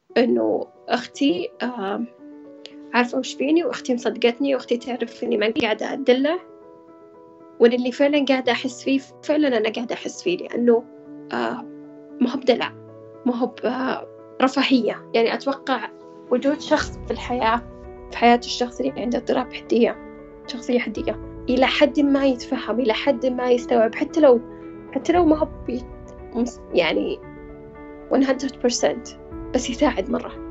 إنه أختي عارفة وش فيني، وأختي مصدقتني، وأختي تعرف إني ما قاعدة أدلع، وإن اللي فعلا قاعدة أحس فيه فعلا أنا قاعدة أحس فيه، لأنه ما هو بدلع، ما هو برفاهية. يعني أتوقع وجود شخص في الحياة، في حياة الشخص اللي عنده اضطراب حدية، شخصية حدية، إلى حد ما يتفهم، إلى حد ما يستوعب، حتى لو ما هو يعني 100%، بس يساعد مرة.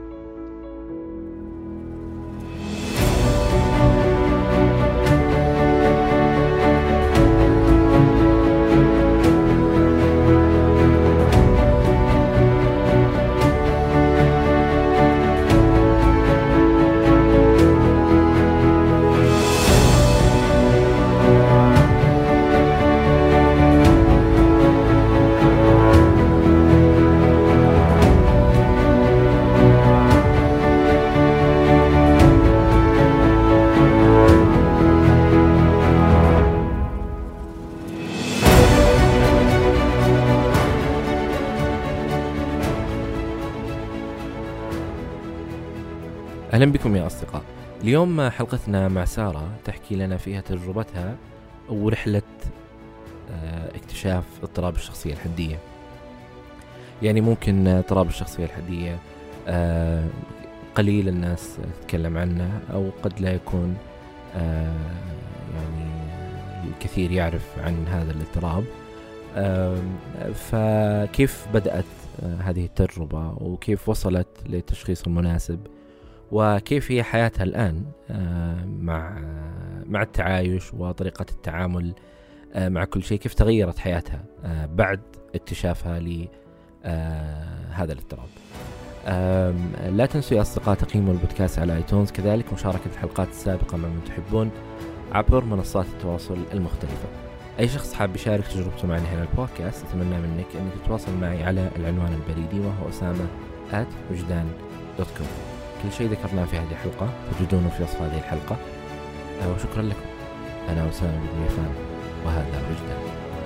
أهلا بكم يا أصدقاء. اليوم حلقتنا مع سارة تحكي لنا فيها تجربتها ورحلة اكتشاف اضطراب الشخصية الحدية. يعني ممكن اضطراب الشخصية الحدية قليل الناس تتكلم عنه، أو قد لا يكون يعني الكثير يعرف عن هذا الاضطراب. فكيف بدأت هذه التجربة، وكيف وصلت للتشخيص المناسب، وكيف هي حياتها الآن مع التعايش وطريقة التعامل مع كل شيء، كيف تغيرت حياتها بعد اكتشافها لهذا الاضطراب. لا تنسوا يا أصدقاء تقييموا البودكاست على آيتونز، كذلك مشاركة الحلقات السابقة مع من تحبون عبر منصات التواصل المختلفة. أي شخص حاب يشارك تجربته معنا هنا البودكاست أتمنى منك أنك تتواصل معي على العنوان البريدي، وهو osama@wujdan.com. كل شيء ذكرناه في هذه الحلقة تجدونه في وصف هذه الحلقة. وشكرا لكم. أنا أسامة بن يفان، وهذا وجدان.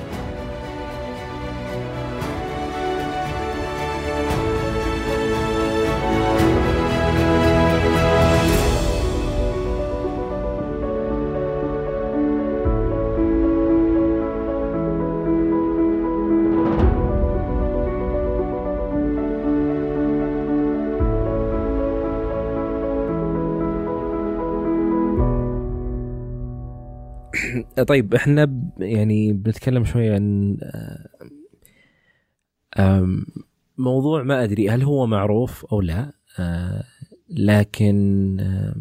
طيب احنا يعني بنتكلم شوية عن موضوع ما أدري هل هو معروف أو لا، لكن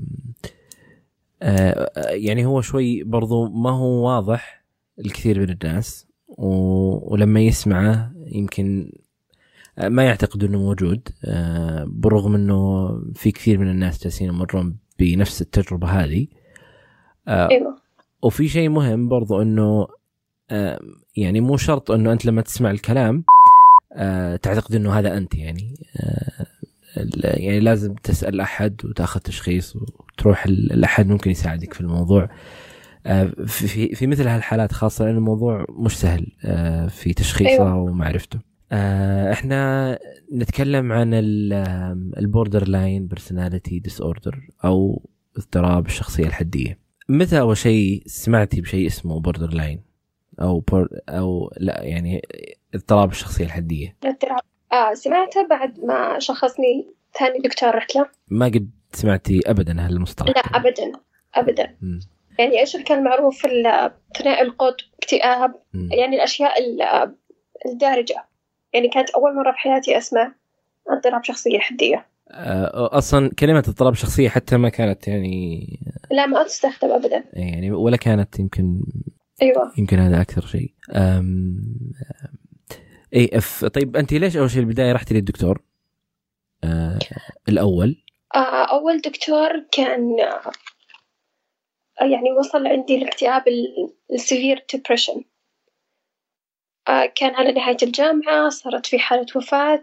يعني هو شوي برضو ما هو واضح الكثير من الناس، ولما يسمعه يمكن ما يعتقد أنه موجود، بالرغم أنه في كثير من الناس جالسين يمرون بنفس التجربة هذه. وفي شيء مهم برضو أنه يعني مو شرط أنه أنت لما تسمع الكلام تعتقد أنه هذا أنت، يعني لازم تسأل أحد وتأخذ تشخيص وتروح لأحد ممكن يساعدك في الموضوع في مثل هالحالات، خاصة لأن الموضوع مش سهل في تشخيصه ومعرفته. احنا نتكلم عن البوردر لاين بيرسوناليتي ديسوردر أو اضطراب الشخصية الحدية. متى أول شيء سمعتي بشيء اسمه بوردر لاين أو لا، يعني اضطراب الشخصية الحدية؟ اضطراب سمعتها بعد ما شخصني ثاني دكتور رحت له. ما قد سمعتي أبدا هالمصطلح؟ لا أبدا. يعني إيش كان معروف ثنائي القطب، اكتئاب، يعني الأشياء الدارجة. يعني كانت أول مرة في حياتي أسمع اضطراب شخصية حدية. أصلا كلمة اضطراب شخصية حتى ما كانت يعني لا ما تستخدم أبدا، يعني ولا كانت يمكن. أيوة. يمكن هذا أكثر شيء. طيب أنت ليش أول شيء البداية رحتي للدكتور الأول؟ أول دكتور كان يعني وصل عندي الاكتئاب السيفير ديبريشن. كان على نهاية الجامعة، صارت في حالة وفاة،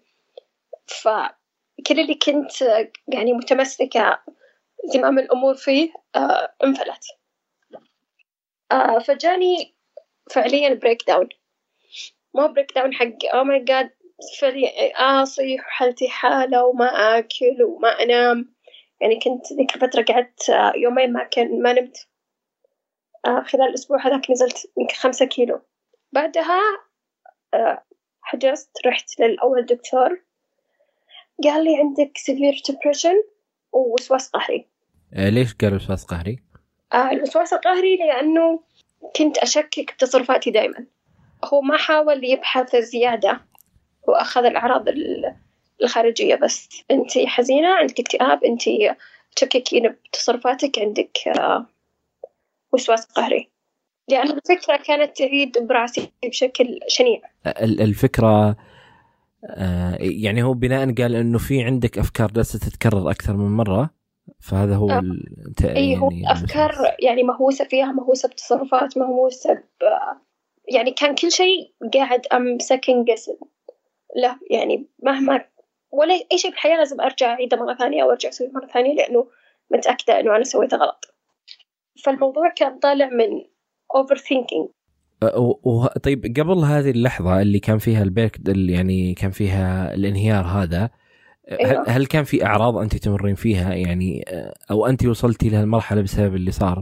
فكل اللي كنت يعني متمسكة زمام الأمور فيه انفلت. فجاني فعليا بريك داون، ما بريك داون حق oh my god فلي أصيح وحالتي حالة وما آكل وما أنام. يعني كنت ذيك الفترة قعدت يومين ما نمت. خلال الأسبوع هذاك نزلت يمكن 5 كيلو. بعدها حجزت، رحت للأول دكتور قال لي عندك severe depression ووسواس قهري. ليش قال وسواس قهري؟ الوسواس القهري لأنه كنت أشكك بتصرفاتي دائما. هو ما حاول يبحث زيادة، هو أخذ الأعراض الخارجية بس. أنتي حزينة، عندك اكتئاب، أنتي تشككين بتصرفاتك، عندك وسواس قهري. لأن الفكرة كانت تعيد براسي بشكل شنيع. الفكرة يعني هو بناء قال إنه في عندك أفكار جالسة تتكرر أكثر من مرة، فهذا هو يعني هو أفكار يعني مهووسة فيها، مهووسة بتصرفات، مهووسة يعني كان كل شيء قاعد second guessing لا، يعني مهما ولا أي شيء بالحياة لازم أرجع أعيده مرة ثانية أو أرجع أسويه مرة ثانية لأنه متأكدة إنه أنا سويته غلط. فالموضوع كان طالع من overthinking. طيب قبل هذه اللحظة اللي كان فيها البريك، يعني كان فيها الانهيار هذا، هل كان في أعراض أنت تمرين فيها يعني، أو أنت وصلتي لهالمرحلة بسبب اللي صار؟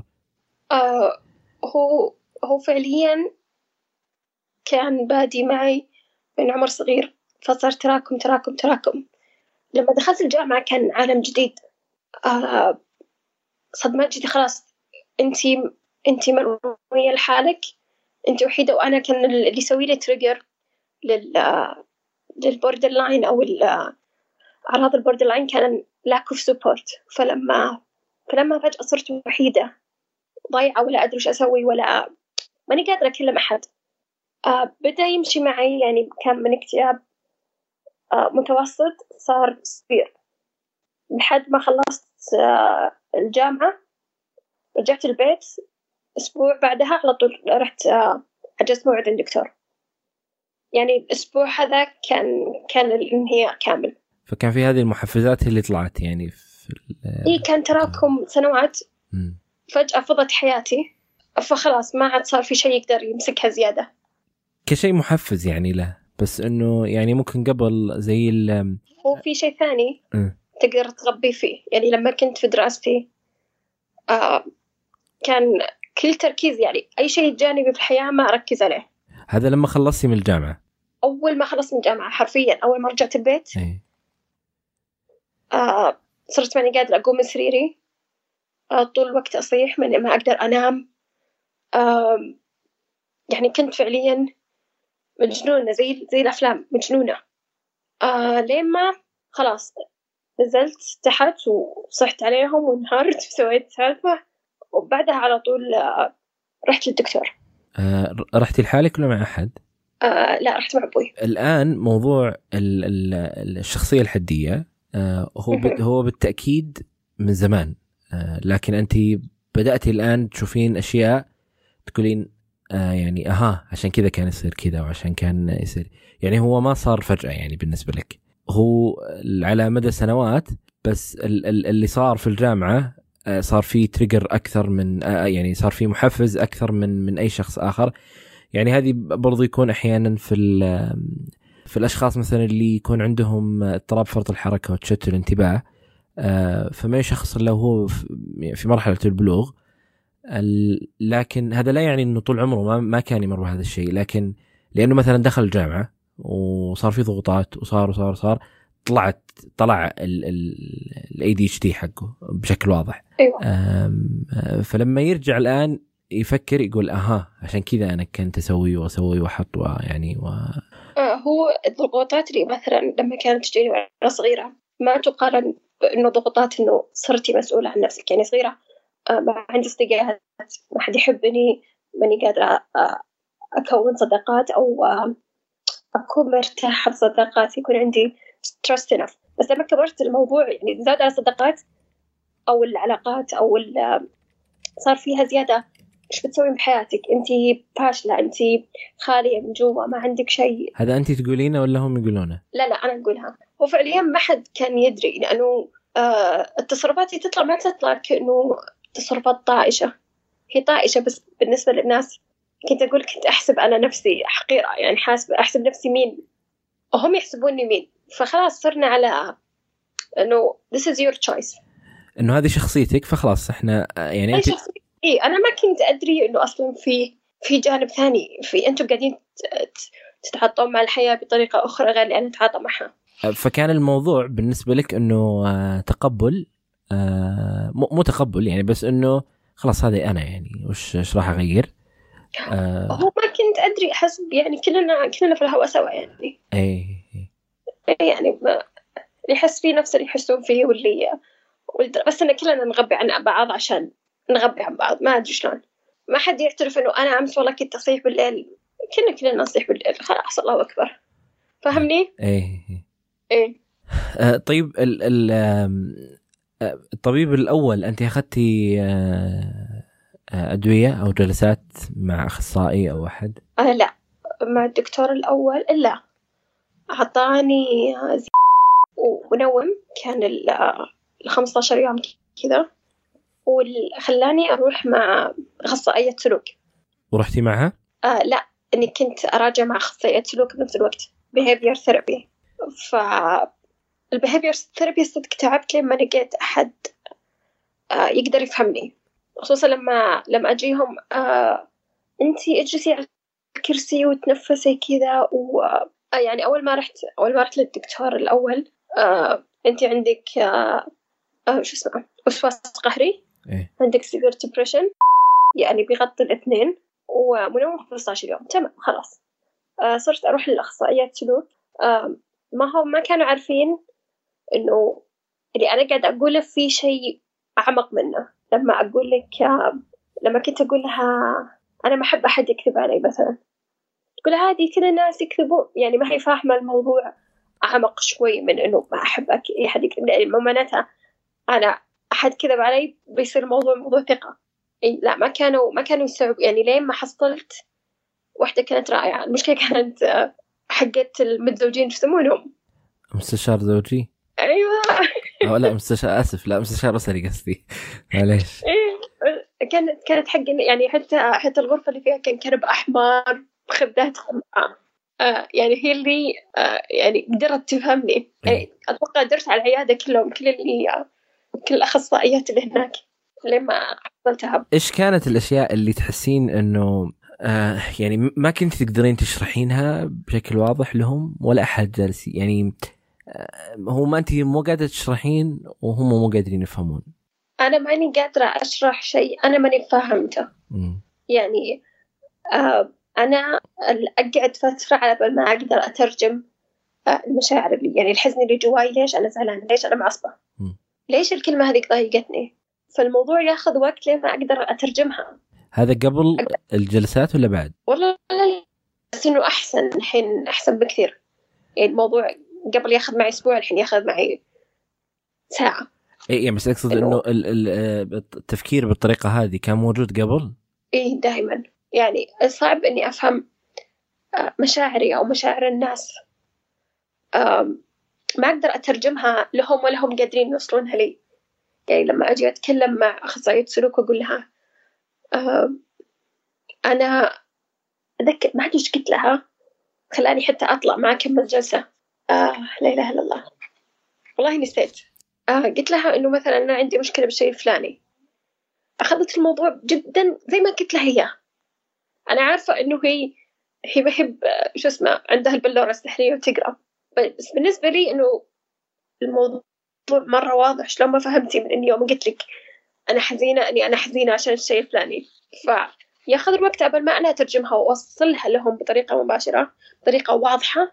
هو فعليا كان بادي معي من عمر صغير، فصار تراكم تراكم تراكم. لما دخلت الجامعة كان عالم جديد. صدمات جديدة. خلاص انتي مرمية لحالك، انتي وحيدة. وانا كان اللي يسوي لي تريجر للبوردر لاين او اعراض البوردر لاين كان lack of support. فلما فجأة صرت وحيدة ضايعة ولا ادري ايش اسوي ولا ماني قادرة اكلم احد، بدأ يمشي معي. يعني كان من اكتئاب متوسط صار سبير لحد ما خلصت الجامعة. رجعت البيت أسبوع بعدها على طول رحت حجزت موعد الدكتور. يعني الأسبوع هذا كان الانهيار كامل. فكان في هذه المحفزات اللي طلعت يعني إيه، كان تراكم سنوات فجأة فضت حياتي، فخلاص ما عاد صار في شيء يقدر يمسكها زيادة كشيء محفز يعني له. بس إنه يعني ممكن قبل زي هو في شيء ثاني تقدر تربي فيه. يعني لما كنت في دراستي كان كل تركيز، يعني أي شيء جانبي في الحياة ما أركز عليه. هذا لما خلصتي من الجامعة؟ أول ما خلصت من الجامعة حرفيا، أول ما رجعت البيت صرت ماني قادرة أقوم من سريري. طول الوقت أصيح من ما أقدر أنام. يعني كنت فعليا مجنونة زي الأفلام، مجنونة. لين ما خلاص نزلت تحت وصحت عليهم وانهارت وسويت سالفة. وبعدها على طول رحت للدكتور. رحتي لحالك ولا مع أحد؟ لا، رحت مع أبوي. الآن موضوع الشخصية الحدية هو بالتأكيد من زمان، لكن أنت بدأتي الآن تشوفين أشياء تقولين يعني عشان كذا كان يصير كذا وعشان كان يصير، يعني هو ما صار فجأة يعني بالنسبة لك، هو على مدى سنوات. بس اللي صار في الجامعة صار فيه تريجر أكثر من يعني صار فيه محفز أكثر من أي شخص آخر. يعني هذه برضو يكون أحيانا في الأشخاص مثلا اللي يكون عندهم اضطراب فرط الحركة وتشتت الانتباه، فما يشخص له هو في مرحلة البلوغ. لكن هذا لا يعني أنه طول عمره ما كان يمر بهذا الشيء، لكن لأنه مثلا دخل الجامعة وصار في ضغوطات وصار طلع ال ADHD حقه بشكل واضح. فلما يرجع الآن يفكر يقول عشان كذا أنا كنت أسوي وأحط يعني هو الضغوطات اللي مثلا لما كانت تجيني وأنا صغيرة ما تقارن بأنه ضغوطات إنه صرتي مسؤولة عن نفسك. يعني صغيرة ما عندي صديقات، ما حد يحبني، ماني قادرة أكون صداقات أو أكون مرتاحة بصداقات، يكون عندي trust enough. بس لما كبرت الموضوع يعني زاد على الصداقات أو العلاقات أو صار فيها زيادة. إيش بتسوي بحياتك؟ أنتي فاشلة، أنتي خالية من جوا، ما عندك شيء. هذا أنتي تقولينه ولا هم يقولونه؟ لا أنا أقولها. هو فعليا ما حد كان يدري، لأنه التصرفات تطلع ما تطلع كأنه تصرفات طائشة. هي طائشة بس بالنسبة للناس. كنت أحسب أنا نفسي حقيرة، يعني أحسب نفسي مين وهم يحسبوني مين. فخلاص صرنا على إنه this is your choice، إنه هذه شخصيتك، فخلاص إحنا يعني أنت إيه. أنا ما كنت أدري إنه أصلا في جانب ثاني، في أنتم قاعدين تتعاطون مع الحياة بطريقة أخرى غير اللي أنا أتعاطى معها. فكان الموضوع بالنسبة لك إنه تقبل، مو تقبل يعني، بس إنه خلاص هذه أنا يعني وش راح أغير. هو ما كنت أدري، حسب يعني كلنا في الهواء سوا يعني. يعني اللي يحس فيه نفس اللي يحسون فيه بس إن كلنا نغبي عن بعض عشان نغبي عن بعض. ما أدري شلون، ما حد يعترف إنه أنا أمس والله كنت أصيح بالليل. كلنا نصيح بالليل، خلاص الله أكبر. فهمني؟ إيه. طيب الطبيب الأول أنت أخذتي أدوية أو جلسات مع أخصائي أو أحد؟ لا، مع الدكتور الأول إلا أعطاني ونوم كان 15 يوم كذا، وخلاني أروح مع أخصائية سلوك. ورحتي معها؟ لا، إني كنت أراجع مع أخصائية سلوك بنفس الوقت behavior therapy. الbehavior therapy صدق تعبت لما لقيت أحد يقدر يفهمني، خصوصا لما أجيهم أنتي اجلسي على الكرسي وتنفسي كذا. يعني أول ما رحت للدكتور الأول، أنتي عندك شو اسمه وسواس قهري، عندك severe depression، يعني بيغطي الاثنين، ومنوم 15 يوم. تمام خلاص. صرت أروح للأخصائيات سلوك. ما كانوا عارفين إنه اللي أنا قاعدة أقوله في شيء أعمق منه. لما كنت أقول لها أنا ما أحب أحد يكذب علي مثلا، تقول عادي كل الناس يكذبون، يعني ما هي فاهمة الموضوع أعمق شوي من إنه ما أحب أحد يكذب. يعني معناتها أنا أحد كذب علي بيصير موضوع ثقة. لا، ما كانوا يستوعبوا. يعني لين ما حصلت واحدة كانت رائعة. المشكلة كانت حقت المتزوجين، يسمونهم مستشار زوجي. أيوة. لا مستشار، آسف، لا مستشار أسري قصدي، معليش. كانت حق يعني حتى الغرفة اللي فيها كان كنب أحمر بخدات حمراء. يعني هي اللي يعني قدرت تفهمني. يعني أتوقع درت على العيادة كلهم، كل الأخصائيات اللي هناك لما حصلتها. إيش كانت الأشياء اللي تحسين إنه يعني ما كنت تقدرين تشرحينها بشكل واضح لهم ولا أحد جالس يعني هو ما أنتي مو قادرة تشرحين وهم مو قادرين يفهمون؟ أنا ماني قادرة أشرح شيء أنا ماني فاهمته. يعني أنا أقعد فترة على بال ما أقدر أترجم المشاعر اللي يعني الحزن اللي جواي. ليش أنا زعلانة؟ ليش أنا معصبة؟ ليش الكلمة هذه ضايقتني؟ فالموضوع ياخذ وقت لين ما أقدر أترجمها. هذا قبل الجلسات ولا بعد؟ والله بس إنه أحسن الحين، أحسن بكثير. يعني الموضوع قبل ياخذ معي أسبوع، الحين ياخذ معي ساعة. إيه بس أقصد إنه التفكير بالطريقة هذه كان موجود قبل؟ إيه دائما. يعني صعب إني أفهم مشاعري أو مشاعر الناس. ما أقدر أترجمها لهم ولا هم قادرين يوصلونها لي. يعني لما أجي أتكلم مع أخصائية سلوك وأقول لها أنا أذكر ما أدري إيش قلت لها، خلاني حتى أطلع ما أكمل جلسة. لا إله إلا الله، والله نسيت. قلت لها إنه مثلا أنا عندي مشكلة بالشيء الفلاني. أخذت الموضوع جدا زي ما قلت لها هي. أنا عارفة إنه هي بحب شو اسمه عندها البلورة السحرية وتقرأ، بس بالنسبة لي إنه الموضوع مرة واضح. شلون ما فهمتي من إني يوم قلت لك أنا حزينة عشان الشيء الفلاني. فياخذ الوقت قبل ما أنا أترجمها وأوصلها لهم بطريقة مباشرة، بطريقة واضحة،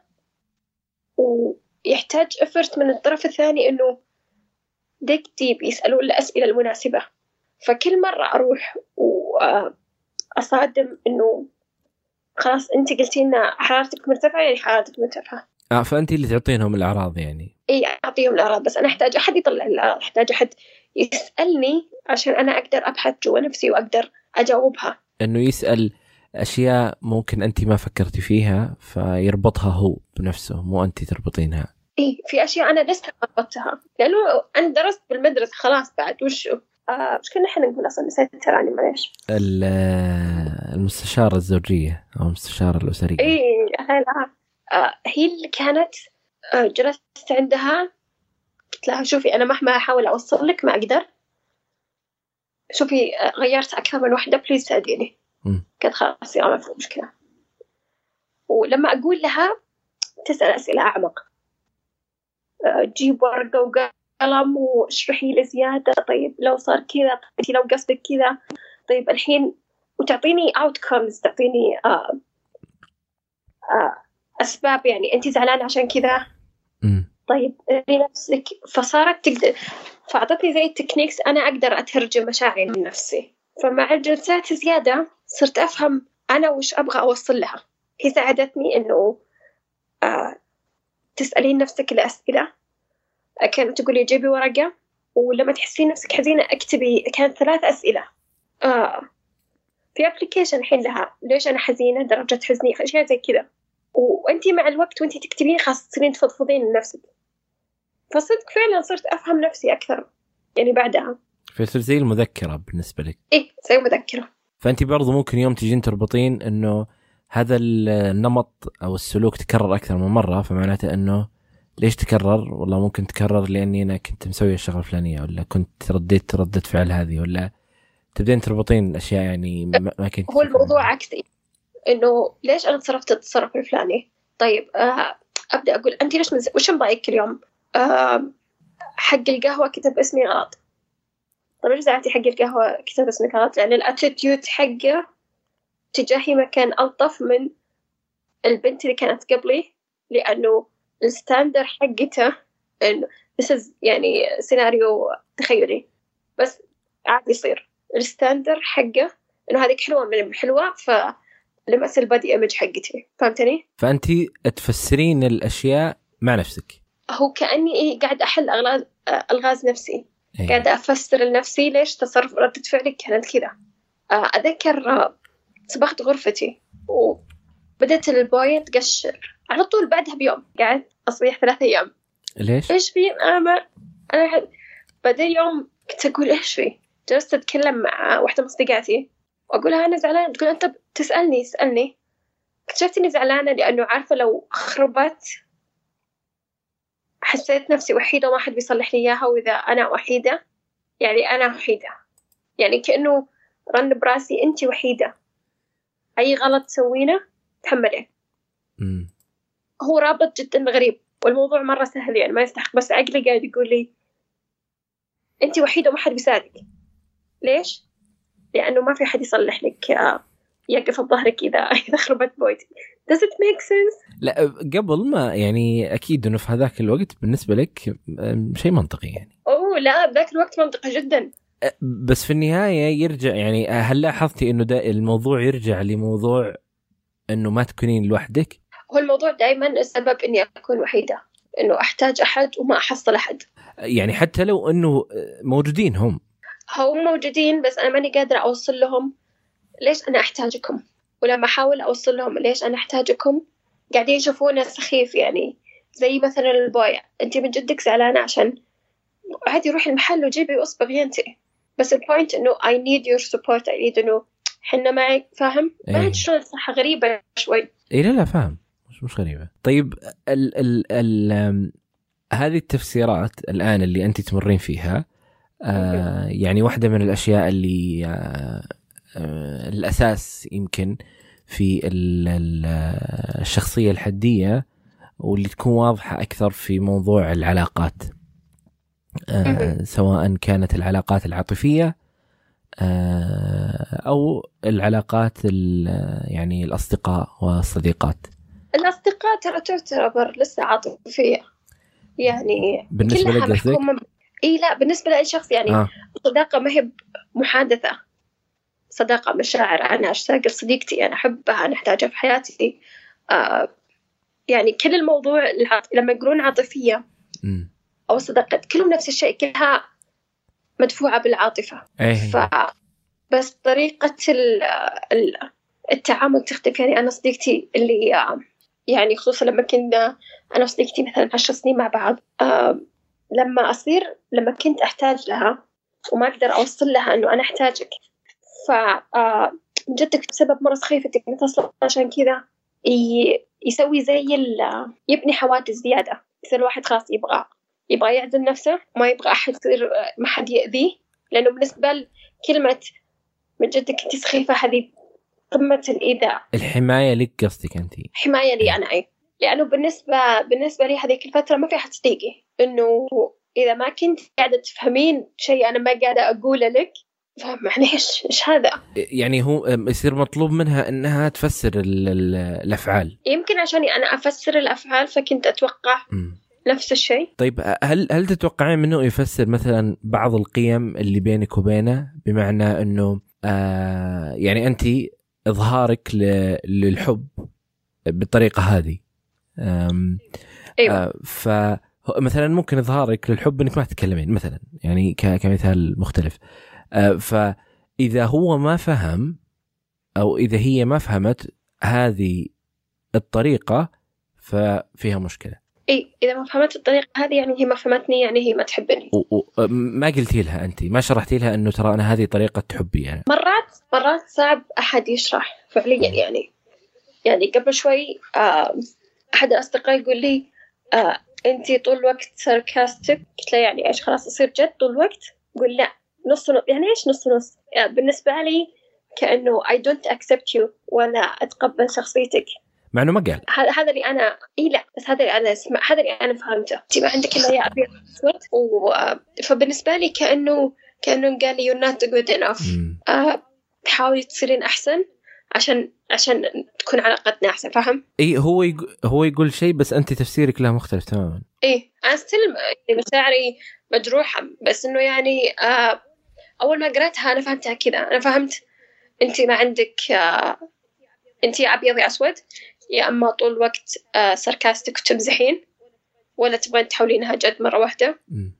ويحتاج إفرت من الطرف الثاني إنه ديك ديب يسألوا الأسئلة المناسبة. فكل مرة أروح وأصادم إنه خلاص أنت قلتي لنا حرارتك مرتفعة، يعني حرارتك مرتفعة. فأنت اللي تعطينهم الأعراض يعني؟ إيه أعطيهم الأعراض، بس أنا أحتاج أحد يطلع الأعراض، أحتاج أحد يسألني عشان أنا أقدر أبحث جوا نفسي وأقدر أجاوبها. إنه يسأل أشياء ممكن أنت ما فكرتي فيها فيربطها هو بنفسه، مو أنت تربطينها. إيه في أشياء أنا لسه ما ربطتها لأنه أنا درست بالمدرسة خلاص. بعد وش كنا إحنا نقول أصلا نسيت تراني معليش. المستشارة الزوجية أو المستشارة الأسرية. إيه هلا هي اللي كانت جلست عندها قلت لها شوفي أنا مهما أحاول أوصل لك ما أقدر، شوفي غيرت أكثر من وحدة بليز ساعديني. كانت خلاص ما في مشكلة. ولما أقول لها تسأل أسئلة أعمق، تجيب ورقة وقلم واشرحي لي زيادة، طيب لو صار كذا، طيب لو قصدك كذا، طيب الحين، وتعطيني outcomes، تعطيني أسباب، يعني أنت زعلانة عشان كذا، طيب لنفسك. فصارت تقدر، فأعطتني زي التكنيكس أنا أقدر أترجم مشاعري من نفسي. فمع الجلسات زيادة صرت أفهم أنا وش أبغى أوصل لها. هي ساعدتني إنه تسألين نفسك الأسئلة. كانت تقولي جيبي ورقة ولما تحسين نفسك حزينة اكتبي، كانت 3 أسئلة. في أبليكيشن الحين لها ليش أنا حزينة، درجة حزني، أشياء زي كذا. وأنتي مع الوقت وأنتي تكتبين خلاص تصيرين تفضفضين لنفسك. فصدق فعلا صرت أفهم نفسي أكثر يعني بعدها. فصرت زي المذكرة بالنسبة لك. إيه زي مذكرة. فأنتي برضو ممكن يوم تجين تربطين إنه هذا النمط أو السلوك تكرر أكثر من مرة، فمعناته إنه ليش تكرر؟ والله ممكن تكرر لأني أنا كنت مسوي الشغلة الفلانية، ولا كنت رديت ردة فعل هذه، ولا تبدين تربطين الأشياء يعني ما كنت. هو الموضوع عكسي، إنه ليش أنا تصرفت التصرف الفلاني. طيب أبدأ أقول أنت ليش وش مضايقك اليوم؟ حق القهوة كتب اسمي غلط. طيب إيش زعلتي حق القهوة كتب اسمي غلط؟ لأن الاتيتيود حقه تجاهي ما كان ألطف من البنت اللي كانت قبلي، لأنه الستاندر حقته إنه يعني سيناريو تخيلي بس عادي يصير. الستاندر حقه إنه هذيك حلوة من حلوة، فلمس البادي إيمج حقتي. فهمتني؟ فأنتي تفسرين الأشياء مع نفسك. هو كأني قاعد أحل ألغاز نفسي. قاعدة أفسر لنفسي ليش تصرف ردة فعلك كانت كذا. أذكر صبغت غرفتي وبدأت البوية تقشر على طول بعدها بيوم، قاعد أصبح 3 أيام. ليش؟ إيش في؟ أنا بدأ يوم كنت أقول إيش في، جلست أتكلم مع واحدة من صديقاتي وأقولها أنا زعلانة، تقول أنت تسألني. اكتشفت إني زعلانة لأنه عارفة لو خربت حسيت نفسي وحيدة وما حد بيصلح لي إياها، وإذا أنا وحيدة يعني أنا وحيدة، يعني كأنه رن براسي أنت وحيدة، أي غلط تسوينه تحمله. هو رابط جدا غريب والموضوع مرة سهل يعني ما يستحق، بس عقلي قاعد يقول لي أنت وحيدة وما حد بيساعدك. ليش؟ لأنه ما في حد يصلح لك، يقف بظهرك إذا خربت بويتي. Does it make sense؟ لا قبل ما يعني أكيد إنه في هذاك الوقت بالنسبة لك شيء منطقي يعني. أوه لا ذاك الوقت منطقي جدا. بس في النهاية يرجع يعني، هل لاحظتي إنه ده الموضوع يرجع لموضوع إنه ما تكونين لوحدك؟ هو الموضوع دائما السبب إني أكون وحيدة، إنه أحتاج أحد وما أحصل أحد. يعني حتى لو إنه موجودين هم موجودين بس أنا ماني قادرة أوصل لهم ليش أنا أحتاجكم، ولما أحاول أوصل لهم ليش أنا أحتاجكم قاعدين يشوفونه سخيف. يعني زي مثلا البوية، أنت من جدك زعلانة عشان عادي روح المحل وجيبي وأصبغي أنت، بس البوينت إنه I need your support، I need إنه حنا معك. فاهم؟ ما أدري شلون صح، غريبة شوي. إيه لا فاهم، مش غريبة. طيب هذه التفسيرات الآن اللي أنت تمرين فيها يعني واحدة من الأشياء اللي الأساس يمكن في الشخصية الحدية واللي تكون واضحة أكثر في موضوع العلاقات، سواء كانت العلاقات العاطفية أو العلاقات يعني الأصدقاء والصديقات. الأصدقاء ترى تعتبر لسه عاطفية يعني بالنسبة لك قصدك؟ إيه لا بالنسبة لأي شخص يعني صداقة ما هي محادثة، صداقة مشاعر، أنا أشتاق لصديقتي، أنا أحبها، أنا أحتاجها في حياتي. يعني كل الموضوع لما يقولون عاطفية أو صداقة كلهم نفس الشيء، كلها مدفوعة بالعاطفة. بس طريقة التعامل تختلف. يعني أنا صديقتي اللي يعني خصوصا لما كنا أنا وصديقتي مثلا 10 سنين مع بعض، لما كنت أحتاج لها وما أقدر أوصل لها أنه أنا أحتاجك، جدك بسبب مرة سخيفة تتصل عشان كذا، يسوي زي يبني حواجز زيادة. يصير الواحد خلاص يبغى يعزل نفسه، ما يبغى أحد يصير، ما حد يأذيه، لأنه بالنسبة لكلمة من جدك أنت سخيفة هذه قمة الإيذاء. الحماية لك قصدك أنت؟ حماية لي أنا، أي، لأنه بالنسبة لي هذيك الفترة ما في أحد صديقي، إنه إذا ما كنت قاعدة تفهمين شيء أنا ما قاعدة أقوله لك، فمعنيش إيش هذا. يعني هو يصير مطلوب منها أنها تفسر الأفعال. يمكن عشان أنا أفسر الأفعال فكنت أتوقع نفس الشيء. طيب هل تتوقعين منه يفسر مثلا بعض القيم اللي بينك وبينه، بمعنى أنه يعني أنت إظهارك للحب بالطريقة هذه، أيوة. فمثلا ممكن إظهارك للحب أنك ما تتكلمين مثلا، يعني كمثال مختلف. فإذا هو ما فهم أو إذا هي ما فهمت هذه الطريقة ففيها مشكلة. إذا ما فهمت الطريقة هذه يعني هي ما فهمتني، يعني هي ما تحبني. ما قلتي لها أنت، ما شرحتي لها أنه ترى أنا هذه طريقة تحبي يعني. مرات صعب أحد يشرح فعليا. يعني قبل شوي أحد الأصدقاء يقول لي أنتي طول الوقت ساركاستيك. قلت له يعني إيش، خلاص أصير جد طول الوقت؟ قول لا، نص. يعني إيش نص؟ بالنسبة لي كأنه I don't accept you ولا أتقبل شخصيتك. مع إنه ما قال هذا اللي أنا لا، بس هذا اللي أنا اسمع، هذا اللي أنا فهمته. أنت ما عندك إلا يا أبيض أسود. فبالنسبة لي كأنه قال لي you're not good enough. حاولي تصيرين أحسن عشان تكون علاقتنا أحسن، فهم؟ هو يقول شيء بس أنت تفسيرك له مختلف تماما. أنا ستيل مشاعري مجروحة، بس إنه يعني أول ما قرأتها أنا فهمتها كذا. أنا فهمت أنت ما عندك، أنت يا أبيض يا أسود، يا أما طول الوقت ساركاستيك وتمزحين، ولا تبغين تحولينها جد مرة واحدة.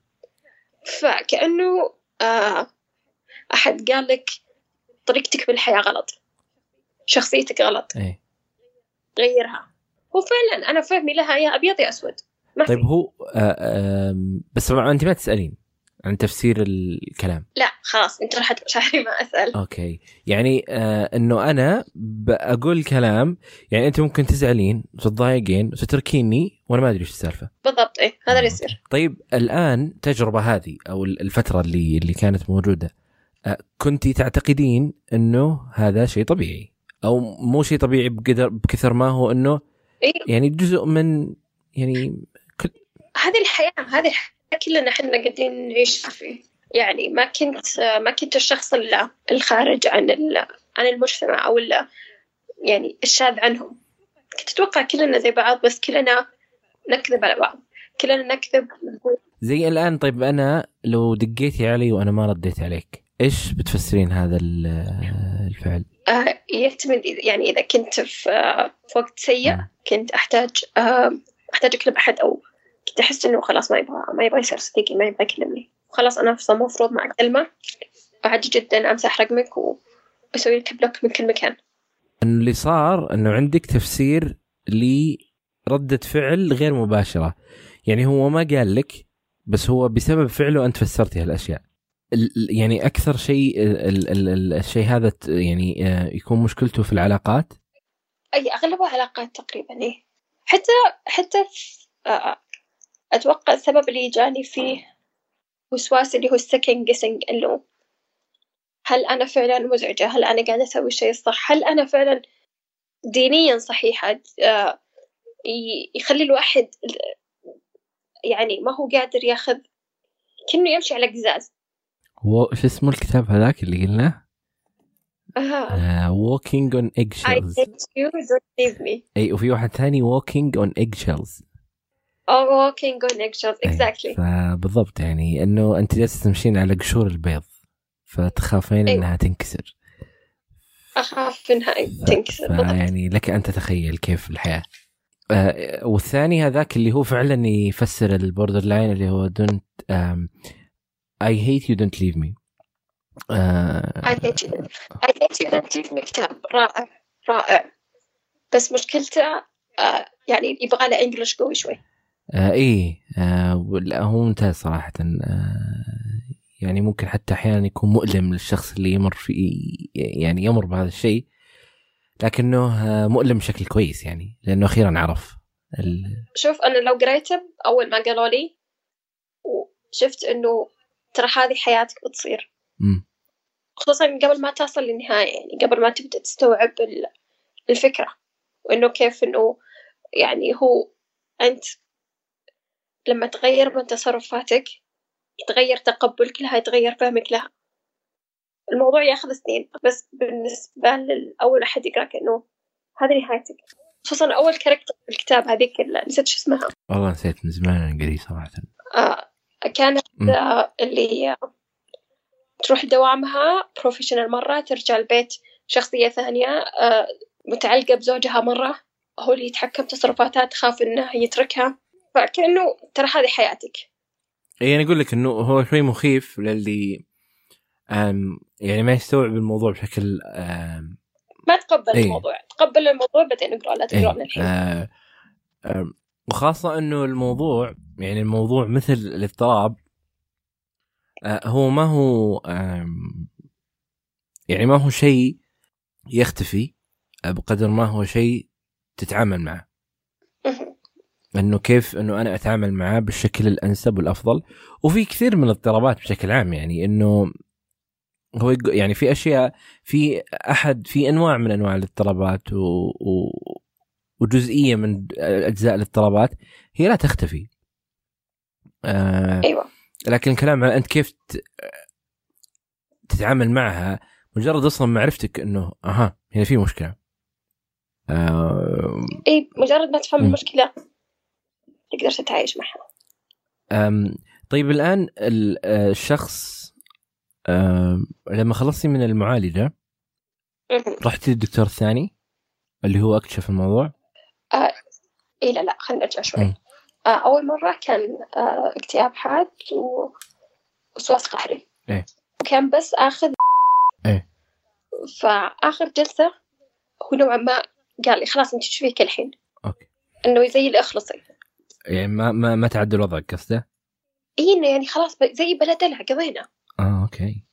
فكأنه أحد قال لك طريقتك بالحياة غلط، شخصيتك غلط، غيرها. وفعلا أنا فهمي لها يا أبيض يا أسود. طيب هو بس طبعا أنت ما تسألين عن تفسير الكلام. لا خلاص، أنت راح تشاركني ما أسأل. أوكي، يعني إنه أنا بقول كلام، يعني أنت ممكن تزعلين وتتضايقين وتتركيني وأنا ما أدري إيش السالفة بالضبط. هذا اللي يصير. طيب الآن التجربة هذه أو الفترة اللي كانت موجودة، كنتي تعتقدين إنه هذا شيء طبيعي أو مو شيء طبيعي بكثر ما هو إنه يعني جزء من يعني هذه الحياة كلنا إحنا قاعدين نعيش فيه. يعني ما كنت الشخص الخارج عن المجتمع أو يعني الشاذ عنهم. كنت أتوقع كلنا زي بعض، بس كلنا نكذب على بعض، كلنا نكذب زي الآن. طيب أنا لو دقيتي علي وأنا ما رديت عليك، إيش بتفسرين هذا الفعل؟ يعتمد. يعني إذا كنت في وقت سيء كنت أحتاج أكلم أحد، أو كنت أحس إنه خلاص ما يبغى يصير صديقي، ما يبغى يكلمني، خلاص أنا مفروض معك كلمة، عادي جدا أمسح رقمك وأسوي لك بلوك من كل مكان. اللي صار إنه عندك تفسير لردة فعل غير مباشرة، يعني هو ما قال لك بس هو بسبب فعله أنت فسرتي هالأشياء. يعني أكثر شيء الشيء هذا يعني يكون مشكلته في العلاقات. أغلبها علاقات تقريبا. حتى أتوقع السبب اللي جاني فيه وسواس اللي هو second guessing، إنه هل أنا فعلا مزعجة، هل أنا قاعدة أسوي الشيء الصح، هل أنا فعلا دينيا صحيحة. يخلي الواحد يعني ما هو قادر ياخذ، كأنه يمشي على قزاز. شو اسمه الكتاب هذاك اللي قلناه؟ Walking on eggshells. I hate you, don't leave me. أي، وفي واحد ثاني Walking on eggshells. Walking on eggshells, exactly. فبالضبط، يعني إنه أنت جالسة تمشين على قشور البيض فتخافين إنها تنكسر. أخاف إنها تنكسر. يعني لك أن تتخيل كيف الحياة. والثاني هذاك اللي هو فعلا يفسر البوردر لاين، اللي هو don't I hate you don't leave me. I hate you don't leave me كتاب رائع بس مشكلته يعني يبغى له انجلش قوي شوي. هو ممتاز صراحة. يعني ممكن حتى أحيانا يكون مؤلم للشخص اللي يمر بهذا الشيء، لكنه مؤلم بشكل كويس يعني، لأنه أخيرا عرف شوف أنا لو قريته أول ما قالوا لي وشفت إنه ترى هذه حياتك بتصير، خصوصا قبل ما تصل للنهاية، يعني قبل ما تبدأ تستوعب الفكرة، وإنه كيف إنه يعني هو أنت لما تغير من تصرفاتك يتغير تقبلك لها، يتغير فهمك لها. الموضوع ياخذ سنين، بس بالنسبة لأول أحد يقرأ إنه هذه نهايتك. خصوصا أول كاركتر في الكتاب هذيك نسيت شو اسمها، والله نسيت من زمان قريب صراحة. كانت اللي تروح دوامها بروفيشنال مرة، ترجع البيت شخصية ثانية، متعلقة بزوجها مرة، هو اللي يتحكم تصرفاتها، تخاف إنه يتركها، فكأنه ترى هذه حياتك. يعني أقول لك إنه هو شوي مخيف للي يعني ما يستوعب الموضوع بشكل ما تقبل الموضوع، تقبل الموضوع بعدين اقرأ، لا تقرأ من الحين. وخاصة إنه الموضوع يعني الموضوع مثل الاضطراب، هو ما هو يعني ما هو شيء يختفي بقدر ما هو شيء تتعامل معه. انه كيف انه انا اتعامل معاه بالشكل الانسب والافضل. وفي كثير من الاضطرابات بشكل عام، يعني انه هو يعني في اشياء، في انواع من انواع الاضطرابات وجزئيه من اجزاء الاضطرابات هي لا تختفي. ايوه، لكن الكلام على انت كيف تتعامل معها. مجرد اصلا معرفتك انه هنا في مشكله، اي مجرد ما تفهم المشكله تقدر تتعايش معها. طيب الان الشخص لما خلصتي من المعالجه رحتي للدكتور الثاني اللي هو اكتشف الموضوع؟ اي لا خلينا نرجع شوي. اول مره كان اكتئاب حاد ووسواس قهري. وكان بس اخذ فاخر جلسه هو نوعا ما قال لي خلاص انت ايش فيك الحين. اوكي، انه زي اللي اخلصي، يعني ما تعدل وضعك قصده. اي انه يعني خلاص زي بلا دلع قضينا. اوكي.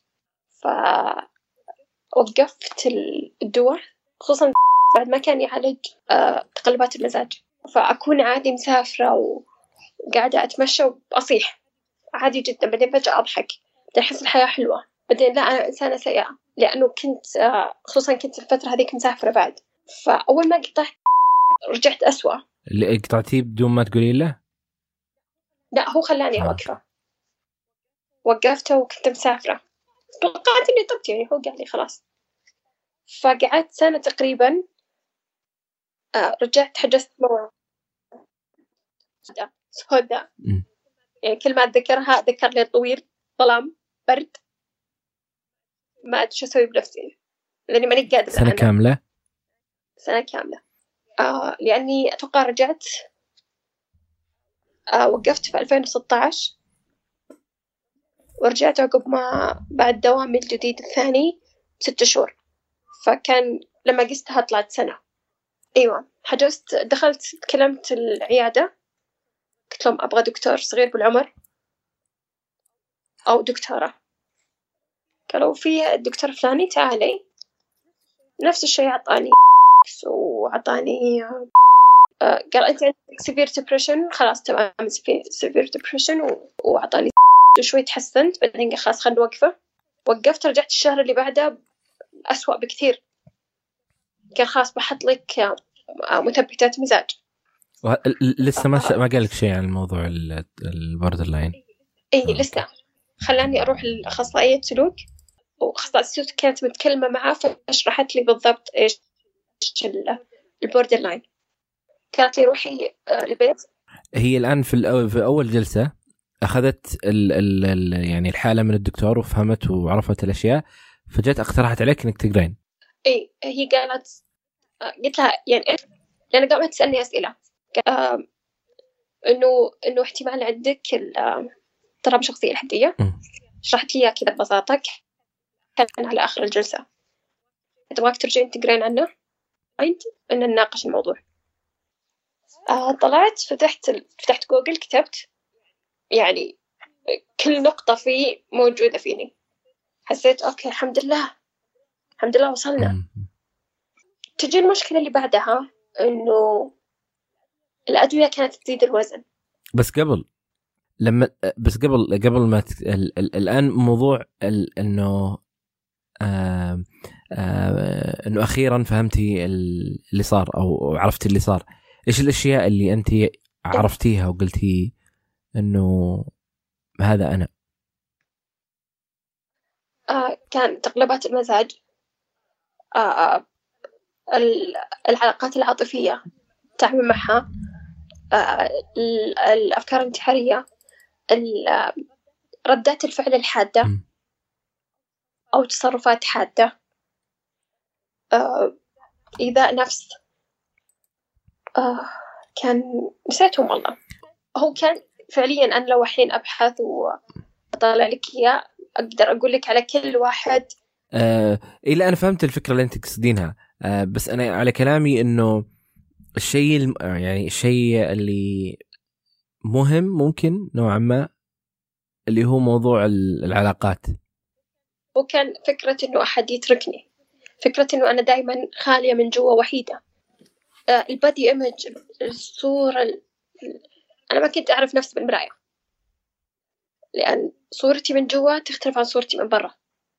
وقفت الدواء، خصوصا بعد ما كان يعالج تقلبات المزاج، فأكون عادي مسافرة وقاعدة أتمشى وأصيح عادي جدا، بعدين فجأة أضحك، بعدين أحس الحياة حلوة، بعدين لا أنا إنسانة سيئة، لأنه كنت خصوصا كنت الفترة هذيك مسافرة بعد. فأول ما قطعت رجعت أسوأ. اللي قطعتيه بدون ما تقولي له؟ لا هو خلاني أوقفه، وقفته وكنت مسافرة، توقعت إني طبت، يعني هو قال لي خلاص. فقعدت سنة تقريبا، رجعت حجزت موعد سوداء، يعني كل ما أتذكرها أتذكر لي طويل، ظلام، برد، ما أدري شو أسوي بنفسي لأني ماني قادرة. سنة كاملة؟ سنة كاملة. لأني أتوقع رجعت وقفت في 2016 ورجعت عقب ما بعد دوامي الجديد الثاني 6 شهور، فكان لما قستها طلعت سنة. أيوة حجزت، دخلت تكلمت العيادة، قلت لهم أبغى دكتور صغير بالعمر أو دكتورة، قالوا في الدكتور فلاني تعالي. نفس الشيء عطاني وعطاني قال أنت عندك severe depression، خلاص تمام severe depression، وعطاني شوي تحسنت، بعدين قال خلاص خلنا نوقفه. وقفت، رجعت الشهر اللي بعده أسوأ بكثير، قال خلاص بحط لك مثبتات مزاج. لسه ما قال لك شيء عن الموضوع البوردر لاين؟ اي لسه، خلاني اروح لاخصائيه سلوك، واخصائيه السلوك كانت متكلمه معاه فشرحت لي بالضبط ايش البوردر لاين، كانت لي روحي البيت. هي الان في اول جلسه اخذت يعني الحاله من الدكتور وفهمت وعرفت الاشياء، فجأت اقترحت عليك انك تقرين. اي هي قالت، قلت لها يعني لأن قامت تسألني أسئلة، إنه احتمال عندك اضطراب شخصية الحدية. شرحت لي كذا ببساطة، كان على آخر الجلسة تبغاك ترجعين تقرين عنه إن نناقش الموضوع. طلعت فتحت جوجل، كتبت يعني كل نقطة فيه موجودة فيني، حسيت أوكي الحمد لله وصلنا. تجي المشكلة اللي بعدها إنه الأدوية كانت تزيد الوزن. بس قبل ما الآن موضوع إنه إنه أخيرا فهمتي اللي صار أو عرفتي اللي صار. إيش الأشياء اللي أنت عرفتيها وقلتي إنه هذا أنا؟ كان تقلبات المزاج، العلاقات العاطفية، التعامل معها، الأفكار الانتحارية، ردات الفعل الحادة أو تصرفات حادة، إيذاء نفس، كان نسيتهم والله. هو كان فعليا أنا لو الحين أبحث وأطلع لك إياه أقدر أقول لك على كل واحد. إلا أنا فهمت الفكرة اللي أنت تقصدينها. بس أنا على كلامي إنه الشيء يعني الشيء اللي مهم ممكن نوعا ما اللي هو موضوع العلاقات. وكان فكرة إنه أحد يتركني، فكرة إنه أنا دائما خالية من جوا، وحيدة. البادي إيمج، الصورة أنا ما كنت أعرف نفسي بالمراية، لأن صورتي من جوا تختلف عن صورتي من برا.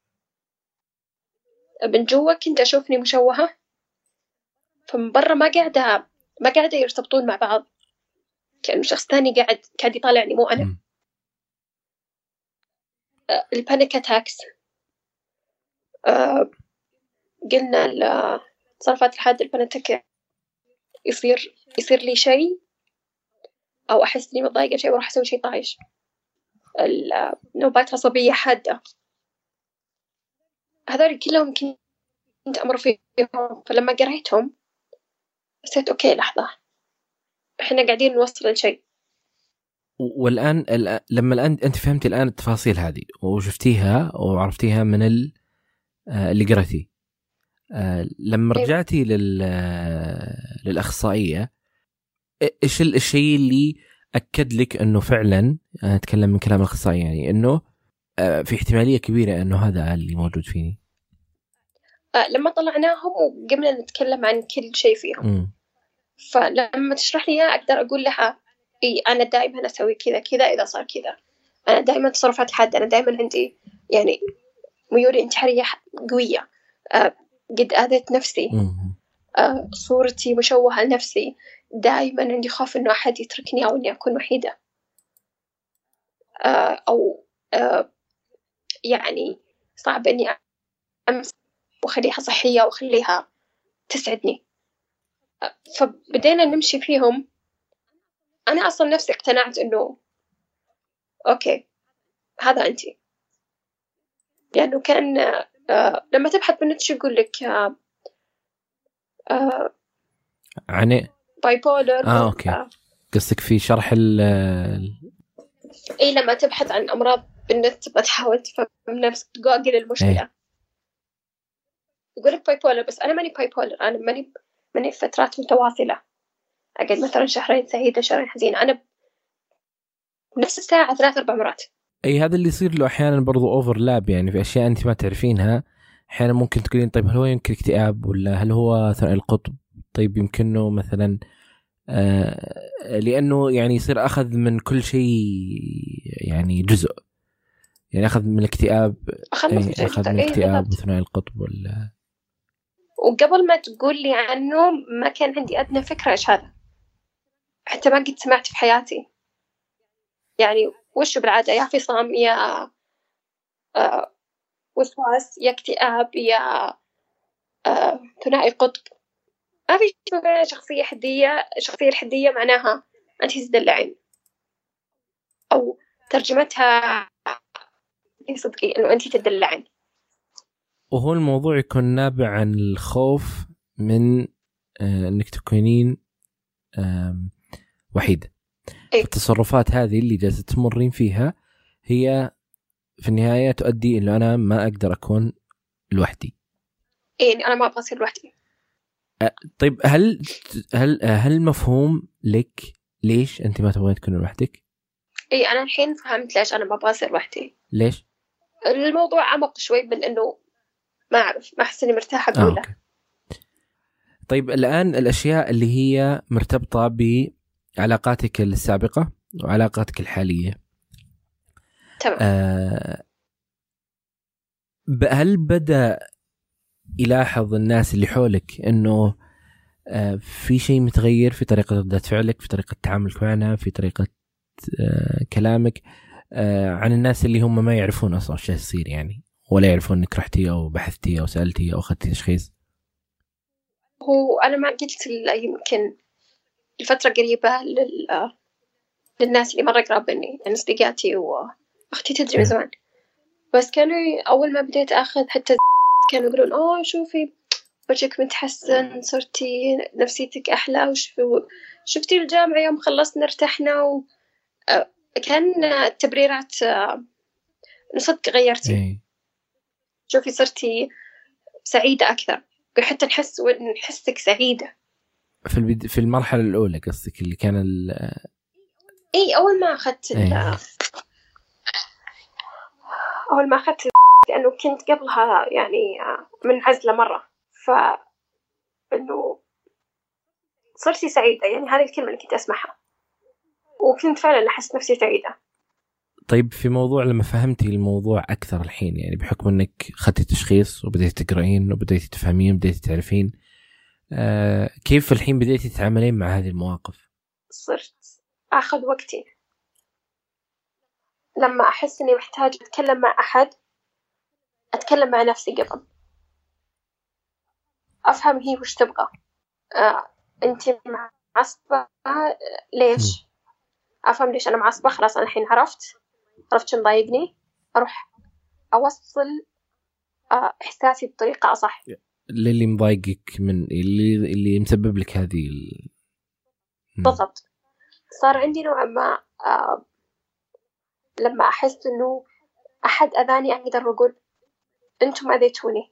من جوا كنت أشوفني مشوهة، فمن برا ما قاعدة يرتبطون مع بعض، كأنه شخص ثاني قاعد يطالعني، مو أنا. البانيك أتاكس، قلنا التصرفات الحادة، البانيك يصير لي شيء أو أحس إني متضايقة شيء وراح أسوي شيء طايش. النوبات عصبية حادة، هذول كلهم كنت أمر فيهم. فلما قريتهم حسيت أوكي لحظة، إحنا قاعدين نوصل لشيء. والآن لما أنت فهمتي الآن التفاصيل هذه وشفتيها وعرفتيها من اللي قرأتي، لما رجعتي للأخصائية، إيش الشيء اللي أكد لك أنه فعلا، أنا أتكلم من كلام الأخصائي، يعني أنه في احتمالية كبيرة أنه هذا اللي موجود فيني؟ لما طلعناهم وقمنا نتكلم عن كل شيء فيهم. فلما تشرح لي أقدر أقول لها إيه، أنا دائما أسوي كذا كذا إذا صار كذا، أنا دائما تصرفات حادة، أنا دائما عندي يعني ميول انتحارية قوية، قد آذيت نفسي، صورتي مشوهة لنفسي، دائما عندي خوف إنه أحد يتركني أو إني أكون وحيدة، أو يعني صعب إني أمسك وخليها صحية وخليها تسعدني. فبدينا نمشي فيهم. أنا أصلا نفسي اقتنعت إنه أوكي هذا أنتي، لأنه كان لما تبحث بالنت شو يقول لك عن بايبولر. أوكي، قصدك في شرح إيه، لما تبحث عن أمراض بالنت بتحاول تفهم نفسك، تجوجل المشكلة، يقول لك بايبولر، بس أنا ماني بايبولر، أنا ماني فترات متواصلة، أقعد مثلا شهرين سعيدة شهرين حزينة، أنا بنفس الساعة 3-4 مرات. أي هذا اللي يصير له أحيانا برضو أوفرلاب، يعني في أشياء أنت ما تعرفينها أحيانا ممكن تقولين طيب هل هو يمكن اكتئاب، ولا هل هو ثنائي القطب؟ طيب يمكنه مثلا لأنه يعني يصير أخذ من كل شيء يعني جزء، يعني أخذ من الاكتئاب، أخذ من الاكتئاب وثنائي القطب وقبل ما تقول لي عنه ما كان عندي أدنى فكرة إيش هذا، حتى ما قد سمعت في حياتي يعني وش بالعادة، يا فصام، يا وسواس، يا اكتئاب، يا ثنائي قطب. ما في شيء بين شخصية حدية. الشخصية الحدية معناها أنت تدلعين، أو ترجمتها صدقي إنه أنت تدلعين. وهو الموضوع يكون نابع عن الخوف من أنك تكونين وحيدة. التصرفات هذه اللي جالسة تمرين فيها هي في النهاية تؤدي إنه أنا ما أقدر أكون لوحدي. إيه، أنا ما أبغى أصير لوحدي. طيب هل مفهوم لك ليش أنت ما تبغين تكون لوحدك؟ إيه، أنا الحين فهمت ليش أنا ما أبغى أصير لوحدي. ليش؟ الموضوع عمق شوي من إنه ما أعرف، ما أحس إني مرتاحة أقوله. طيب الآن الأشياء اللي هي مرتبطة بعلاقاتك السابقة وعلاقاتك الحالية، تمام. هل بدأ يلاحظ الناس اللي حولك إنه في شيء متغير في طريقة ردة فعلك، في طريقة تعاملك معنا، في طريقة كلامك، عن الناس اللي هم ما يعرفون أصلا شيء يصير يعني، ولا يعرفون إنك رحتي أو بحثتي أو سألتي أو أخذتي تشخيص؟ هو أنا ما قلت يمكن الفترة قريبة للناس اللي مرة قراب مني، يعني صديقاتي وأختي تدري من زمان، بس كانوا أول ما بديت أخذ حتى كانوا يقولون أوه شوفي وجهك متحسن، صرتي نفسيتك أحلى، شفتي الجامعة يوم خلصنا ارتحنا كان التبريرات صدق غيرتي، شوفي صرتي سعيدة أكثر، حتى نحسك سعيدة في المرحلة الأولى قصدك اللي كان إيه أول ما أخذت أول ما أخذت لأنه كنت قبلها يعني منعزلة مرة، فإنه صرتي سعيدة، يعني هذه الكلمة اللي كنت أسمعها وكنت فعلا أحس نفسي سعيدة. طيب في موضوع لما فهمتي الموضوع أكثر الحين، يعني بحكم أنك خدتي تشخيص وبدأتي تقرأين وبدأتي تفهمين وبدأتي تعرفين، كيف الحين بدأتي تتعاملين مع هذه المواقف؟ صرت أخذ وقتي، لما أحس أني محتاج أتكلم مع أحد أتكلم مع نفسي قبل، أفهم هي وش تبغى، أنت معصبة ليش؟ أفهم ليش أنا معصبة، خلاص أنا الحين عرفت شو مضايقني، أروح أوصل إحساسي بطريقة أصح اللي مضايقك من اللي مسبب لك هذه بالضبط. صار عندي نوع ما لما أحس إنه أحد أذاني أقدر أقول أنتم أذيتوني،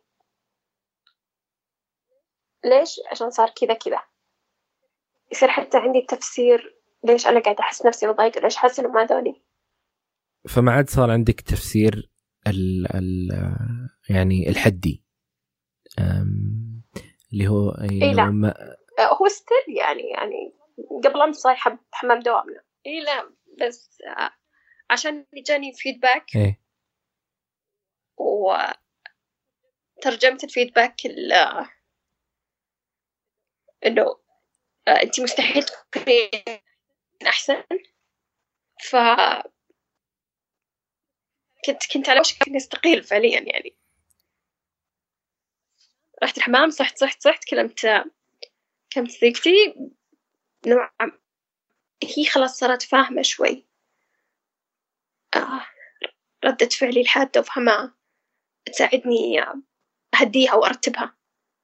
ليش؟ عشان صار كذا يصير حتى عندي تفسير ليش أنا قاعدة أحس نفسي مضايقة، ليش حاسة إنه ما ذوني، فما عاد صار عندك تفسير يعني الحدي اللي هو إيه لا هو ستيل يعني قبل أمس صايحة بحمام دوامنا، إيه لا بس عشان جاني فيدباك وترجمت الفيدباك إنه أنت مستحيل تكونين أحسن، كنت على وشك إني أستقيل فعليا، يعني رحت الحمام صحت كلمت صديقتي نوع هي خلاص صارت فاهمة شوي ردة فعلي الحادة وفهمها تساعدني أهديها وأرتبها،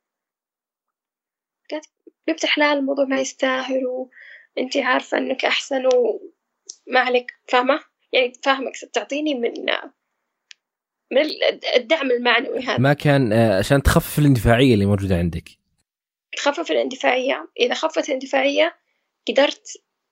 قالت بنت حلال الموضوع ما يستاهل وأنتي عارفة أنك أحسن وما عليك، فاهمة يعني فاهمك تعطيني من الدعم المعنوي هذا. ما كان عشان تخفف الاندفاعية اللي موجودة عندك، تخفف الاندفاعية، إذا خفت الاندفاعية قدرت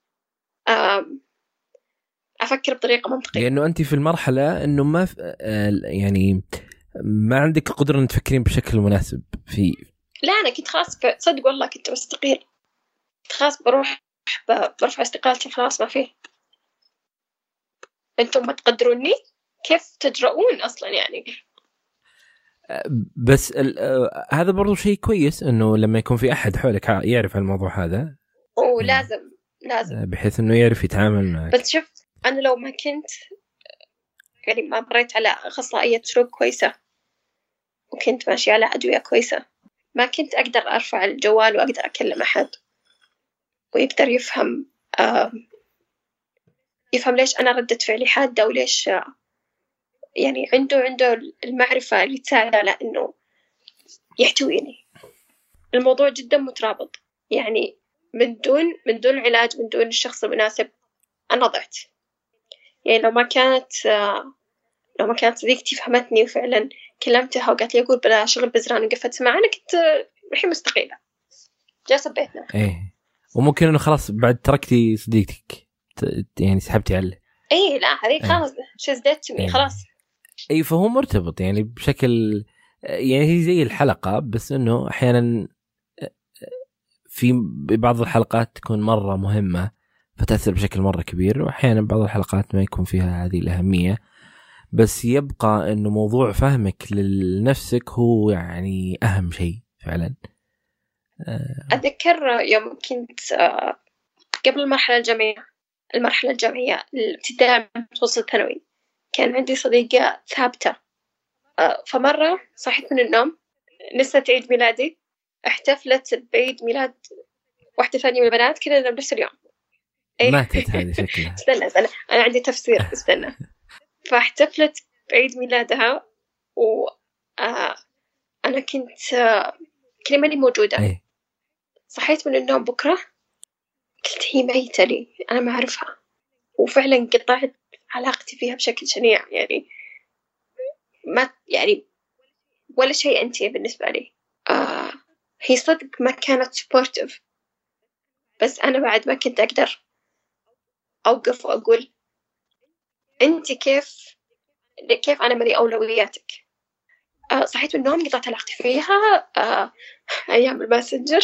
أفكر بطريقة منطقية، لأنه أنت في المرحلة أنه ما يعني ما عندك قدرة أن تفكرين بشكل مناسب في. لا أنا كنت خلاص صدق والله كنت بستقيل، كنت خلاص برفع استقالتي، خلاص ما فيه، أنتم ما تقدروني كيف تجرؤون أصلا يعني. بس هذا برضو شيء كويس أنه لما يكون في أحد حولك يعرف الموضوع هذا، ولازم بحيث أنه يعرف يتعامل معك. بس شفت أنا لو ما كنت يعني ما مريت على أخصائية سلوك كويسة وكنت ماشية على أدوية كويسة ما كنت أقدر أرفع الجوال وأقدر أكلم أحد ويقدر يفهم ليش أنا ردت فعلي حادة، وليش يعني عنده المعرفة اللي تساعد على إنه يحتويني. الموضوع جدا مترابط، يعني من دون علاج، من دون الشخص المناسب أنا ضعت. يعني لو ما كانت صديقتي فهمتني وفعلا كلمتها وقالت لي أقول بلا شغل بزران وقفت سماع، أنا كنت الحين مستقيلة جالسة ببيتنا. إيه، وممكن إنه خلاص بعد تركتي صديقتك يعني سحبتي عليه. إيه لا هذه خلاص she's dead to me خلاص. إيه فهو مرتبط يعني بشكل، يعني هي زي الحلقة، بس إنه أحيانا في بعض الحلقات تكون مرة مهمة فتأثر بشكل مرة كبير، وأحيانا بعض الحلقات ما يكون فيها هذه الأهمية، بس يبقى أنه موضوع فهمك لنفسك هو يعني أهم شيء فعلا. أتذكر يوم كنت قبل المرحلة الجامعية الابتدائي المتوسط ثانوي، كان عندي صديقة ثابتة. فمرة صحيت من النوم، نسيت عيد ميلادي، احتفلت بعيد ميلاد واحدة ثانية من البنات كذا بنفس اليوم. ماتت هذه شكلها. استنى أنا عندي تفسير، استنى. فاحتفلت بعيد ميلادها أنا كنت ماني موجودة. صحيت من النوم بكرة قلت هي ميتة لي، أنا ما أعرفها، وفعلا قطعت علاقتي فيها بشكل شنيع. يعني ما يعني ولا شيء أنتي بالنسبة لي. هي صدق ما كانت سبورتيف، بس أنا بعد ما كنت أقدر أوقف وأقول أنتي كيف أنا مالي أولوياتك. صحيت من النوم قطعت علاقتي فيها. أيام الماسنجر،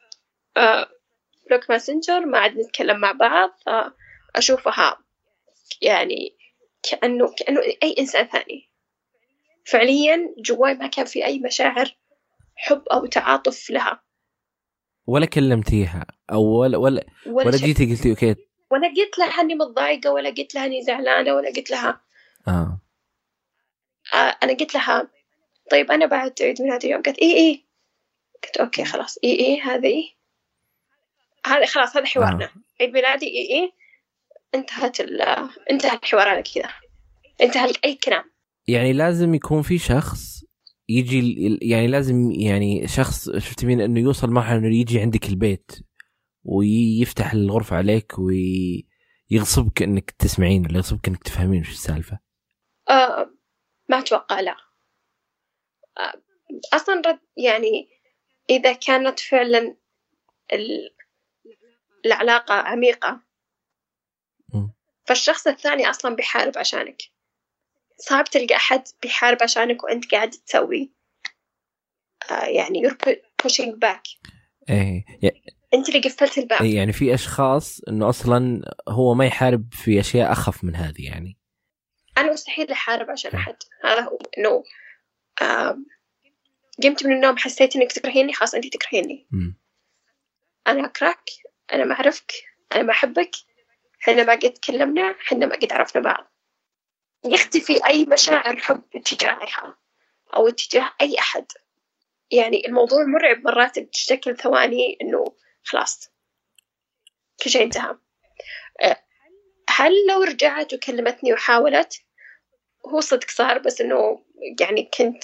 بلوك ماسنجر، ما عاد نتكلم مع بعض. أشوفها يعني كأنه أي إنسان ثاني. فعليا جواي ما كان في أي مشاعر حب أو تعاطف لها، ولا كلمتيها أو ولا جيتي قلتي أوكي، ولا قلت لها أني متضايقة، ولا قلت لها أني زعلانة، ولا قلت لها أنا قلت لها طيب أنا بعد عيد ميلادي اليوم. قالت إيه. قلت أوكي خلاص، هذه خلاص هذا حوارنا. عيد ميلادي انتهى الحوار على كذا، انتهى أي كلام. يعني لازم يكون في شخص يجي، يعني لازم يعني شخص شفت مين انه يوصل مرحله انه يجي عندك البيت ويفتح الغرفه عليك ويغصبك انك تسمعين ولا يغصبك انك تفهمين وش السالفه. ما اتوقع، لا. اصلا رد يعني اذا كانت فعلا العلاقه عميقه فالشخص الثاني اصلا بيحارب عشانك. صعب تلقى أحد بيحارب عشانك وأنت قاعد تسوي يعني you're pushing back. أنت اللي قفلت الباب. يعني في أشخاص إنه أصلاً هو ما يحارب في أشياء أخف من هذه. يعني أنا مستحيل أحارب عشان أحد. هذا هو إنه قمت من النوم حسيت إنك تكرهيني، خلاص أنت تكرهيني. أنا أكرهك، أنا ما أعرفك، أنا ما أحبك، حنا ما قد تكلمنا، حنا ما قد عرفنا بعض. يختفي أي مشاعر حب تجاهها أو تجاه أي أحد. يعني الموضوع مرعب مرات بشكل ثواني إنه خلاص كل شيء انتهى. هل لو رجعت وكلمتني وحاولت، هو صدق صار، بس إنه يعني كنت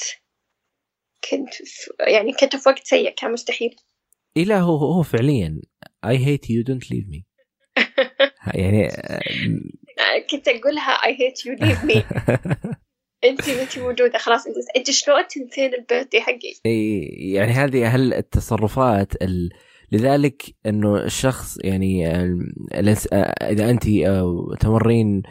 في وقت سيء، كان مستحيل. لا هو فعليا I hate you don't leave me. يعني كنت أقولها I hate you leave me. أنت موجودة خلاص، أنت شلون تنسين البيرثدي حقي؟ يعني هذه التصرفات لذلك إنه الشخص يعني إذا أنت تمرين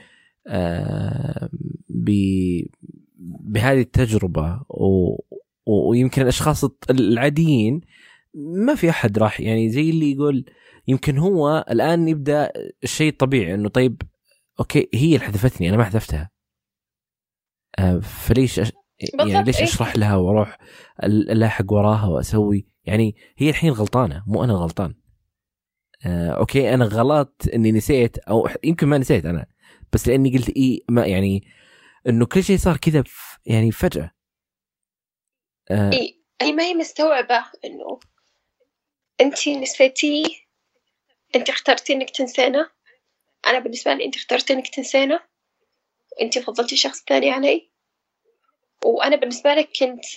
بهذه التجربة ويمكن الأشخاص العاديين ما في أحد راح يعني زي اللي يقول يمكن هو الآن يبدأ الشيء الطبيعي إنه طيب أوكي هي اللي حذفتني أنا ما حذفتها، فليش يعني ليش أشرح لها وأروح ألاحق وراها وأسوي؟ يعني هي الحين غلطانة مو أنا غلطان. أوكي أنا غلط إني نسيت أو يمكن ما نسيت أنا، بس لأني قلت ما يعني إنه كل شيء صار كذا يعني فجأة. أي ما هي مستوعبة إنه أنت نسيتي، أنت اخترتي إنك تنسينا. أنا بالنسبة لي أنت اخترتي إنك تنسينا، أنت فضلتي شخص ثاني علي، وأنا بالنسبة لك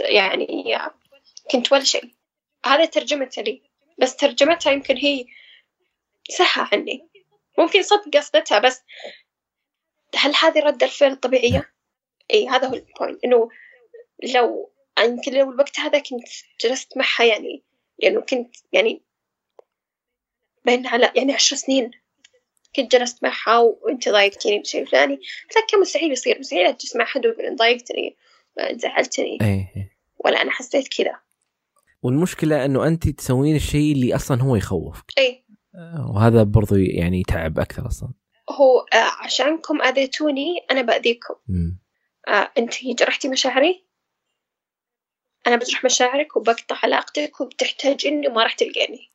كنت ولا شيء. هذا ترجمتها لي، بس ترجمتها يمكن هي سهى عني، ممكن صدق قصدتها، بس هل هذه رد الفعل الطبيعية؟ هذا هو البوينت. إنه يمكن لو الوقت هذا كنت جلست معها، يعني لأنه كنت يعني بين على 10 سنين كنت جلست معها وانت ضايقتني بشيء فلاني، كان مستحيل يصير، مستحيل أجلس مع أحد ويقول إن ضايقتني، إن زعلتني، ولا أنا حسيت كذا. والمشكلة أنه أنت تسوين الشيء اللي أصلا هو يخوفك. أي. وهذا برضو يعني يتعب أكثر أصلا. هو عشانكم أذيتوني أنا بأذيكم. أنتي جرحتي مشاعري، أنا بجرح مشاعرك وبقطع علاقتك وبتحتاج إني ما راح تلقاني.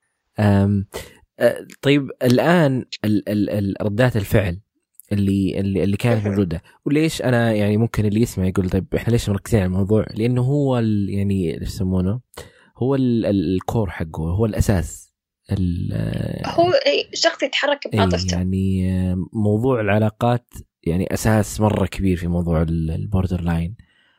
طيب الآن ردات الفعل اللي كانت موجودة، وليش أنا يعني ممكن اللي يسمع يقول طيب إحنا ليش مركزين على الموضوع؟ لأنه هو يعني اللي يسمونه هو الكور حقه، هو الأساس. هو شخص يتحرك بعاطفته. يعني موضوع العلاقات يعني أساس مرة كبير في موضوع البوردر لاين.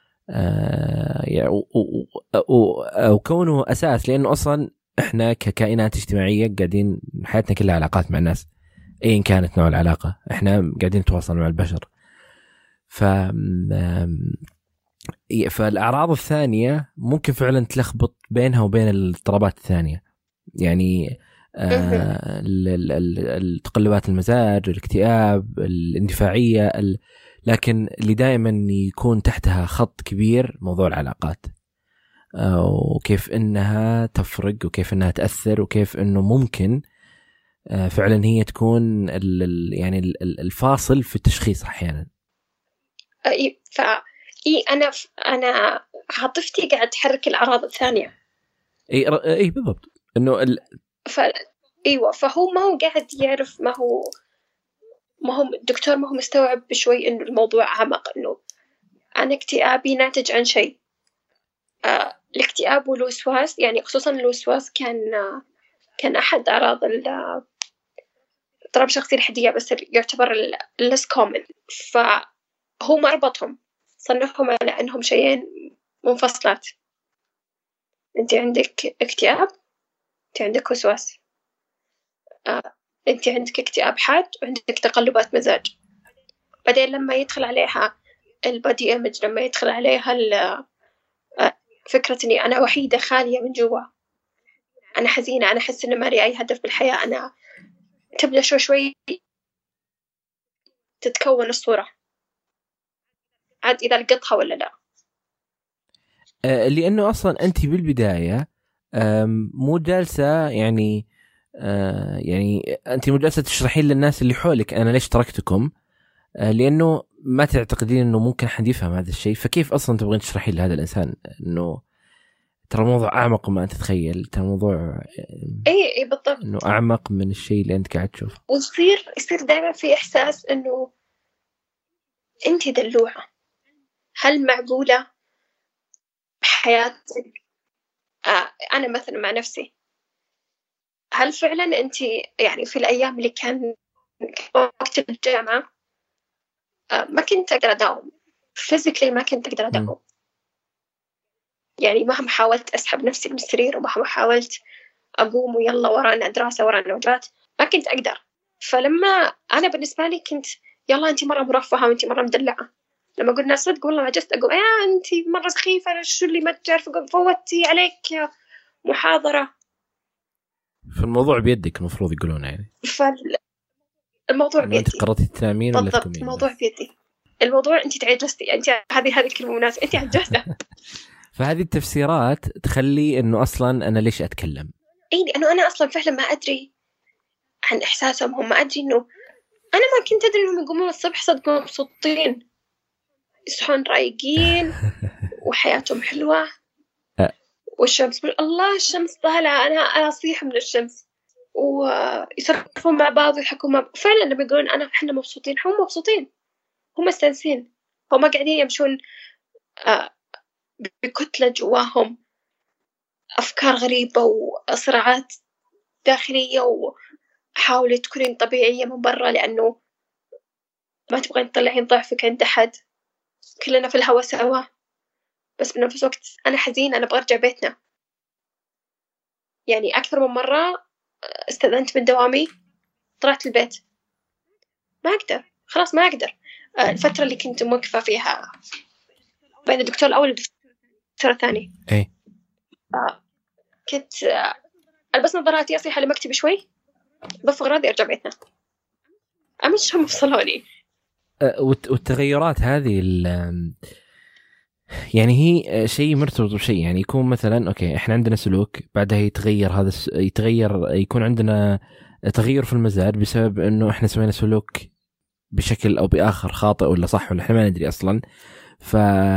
وكونه أساس لأنه أصلا إحنا ككائنات اجتماعية قاعدين حياتنا كلها علاقات مع الناس أيا كانت نوع العلاقة، إحنا قاعدين نتواصل مع البشر. فالأعراض الثانية ممكن فعلا تلخبط بينها وبين الاضطرابات الثانية، يعني التقلبات المزاج، الاكتئاب، الاندفاعية، لكن اللي دائما يكون تحتها خط كبير موضوع العلاقات، وكيف انها تفرق وكيف انها تأثر وكيف انه ممكن فعلا هي تكون يعني الفاصل في التشخيص احيانا. انا عاطفتي قاعد تحرك الاعراض الثانيه. اي بالضبط انه ايوه، فهو ما هو قاعد يعرف، ما هو الدكتور ما هو مستوعب بشوي انه الموضوع عمق، انه انا اكتئابي ناتج عن شيء. الاكتئاب والوسواس، يعني خصوصا الوسواس كان احد اعراض اضطراب شخصية الحدية، بس يعتبر less common. فهو ما ربطهم، صنفهم على انهم شيئين منفصلات. انت عندك اكتئاب، انت عندك وسواس. انت عندك اكتئاب حاد وعندك تقلبات مزاج. بعدين لما يدخل عليها البودي ايمج، لما يدخل عليها فكرة اني انا وحيدة خالية من جوا، انا حزينة، انا احس ان ما لي اي هدف بالحياة، انا تبدأ شوي تتكون الصورة عاد اذا لقطها ولا لا. لانه اصلا انت بالبداية مو جالسة يعني أنت مو جالسة تشرحين للناس اللي حولك أنا ليش تركتكم، لأنه ما تعتقدين أنه ممكن حد يفهم هذا الشيء، فكيف أصلا تبغين تشرحين لهذا الإنسان أنه ترى الموضوع أعمق ما أنت تتخيل، ترى الموضوع إيه بالضبط أنه أعمق من الشيء اللي أنت قاعد تشوفه. يصير دائما في إحساس أنه أنت دلوعة، هل معقولة بحياتك؟ أنا مثلا مع نفسي، هل فعلا أنت يعني في الأيام اللي كان وقت الجامعة ما كنت أقدر أداوم فيزيكلي، ما كنت أقدر أداوم، يعني مهما حاولت أسحب نفسي من السرير ومهما حاولت أقوم ويلا ورانا دراسة ورانا واجبات ما كنت أقدر. فلما أنا بالنسبة لي كنت يلا أنت مرة مرفهة وأنت مرة مدلعة، لما قلنا صدق والله عجزت أقول أنت مرة سخيفة، شو اللي ما تعرف فوتي عليك محاضرة. فالموضوع بيدك المفروض يقولون يعني. الموضوع بيدي. أنت قررتي تنامين ولا تقومين؟ الموضوع بيدي. الموضوع أنت تعجزتي، أنت هذه الكلمة مناسبة، أنت عجزتي. فهذه التفسيرات تخلي إنه أصلاً أنا ليش أتكلم؟ لأنه أنا أصلاً فعلاً ما أدري عن إحساسهم، هم ما أدري إنه أنا ما كنت أدري إنهم يقومون الصبح صدق مبسوطين، يصحون رايقين وحياتهم حلوة والشمس الله الشمس طالعة، أنا أصيح من الشمس ويصرفون مع بعض ويحكوا مع بعض. فعلاً لما يقولون إحنا مبسوطين، هم مبسوطين، هم مستانسين، هم قاعدين يمشون بكتلة جواهم أفكار غريبة وصراعات داخلية، وحاولي تكونين طبيعية من برا لأنه ما تبغين تطلعين ضعفك عند أحد، كلنا في الهوا سوا، بس بنفس الوقت أنا حزينة، أنا برجع بيتنا. يعني أكثر من مرة استأذنت من دوامي، طلعت البيت، ما أقدر، خلاص ما أقدر. الفترة اللي كنت موقفة فيها بين الدكتور الأول والدكتور الثاني، كنت ألبس نظاراتي، أصيح على مكتبي شوي، بفغ راضي، أرجع بيتنا، أمشهم بصلوني. والتغيرات هذه يعني هي شيء مرتبط بشيء، يعني يكون مثلا اوكي احنا عندنا سلوك بعدها يتغير، هذا يتغير، يكون عندنا تغير في المزاج بسبب انه احنا سوينا سلوك بشكل او باخر خاطئ ولا صح ولا احنا ما ندري اصلا. ف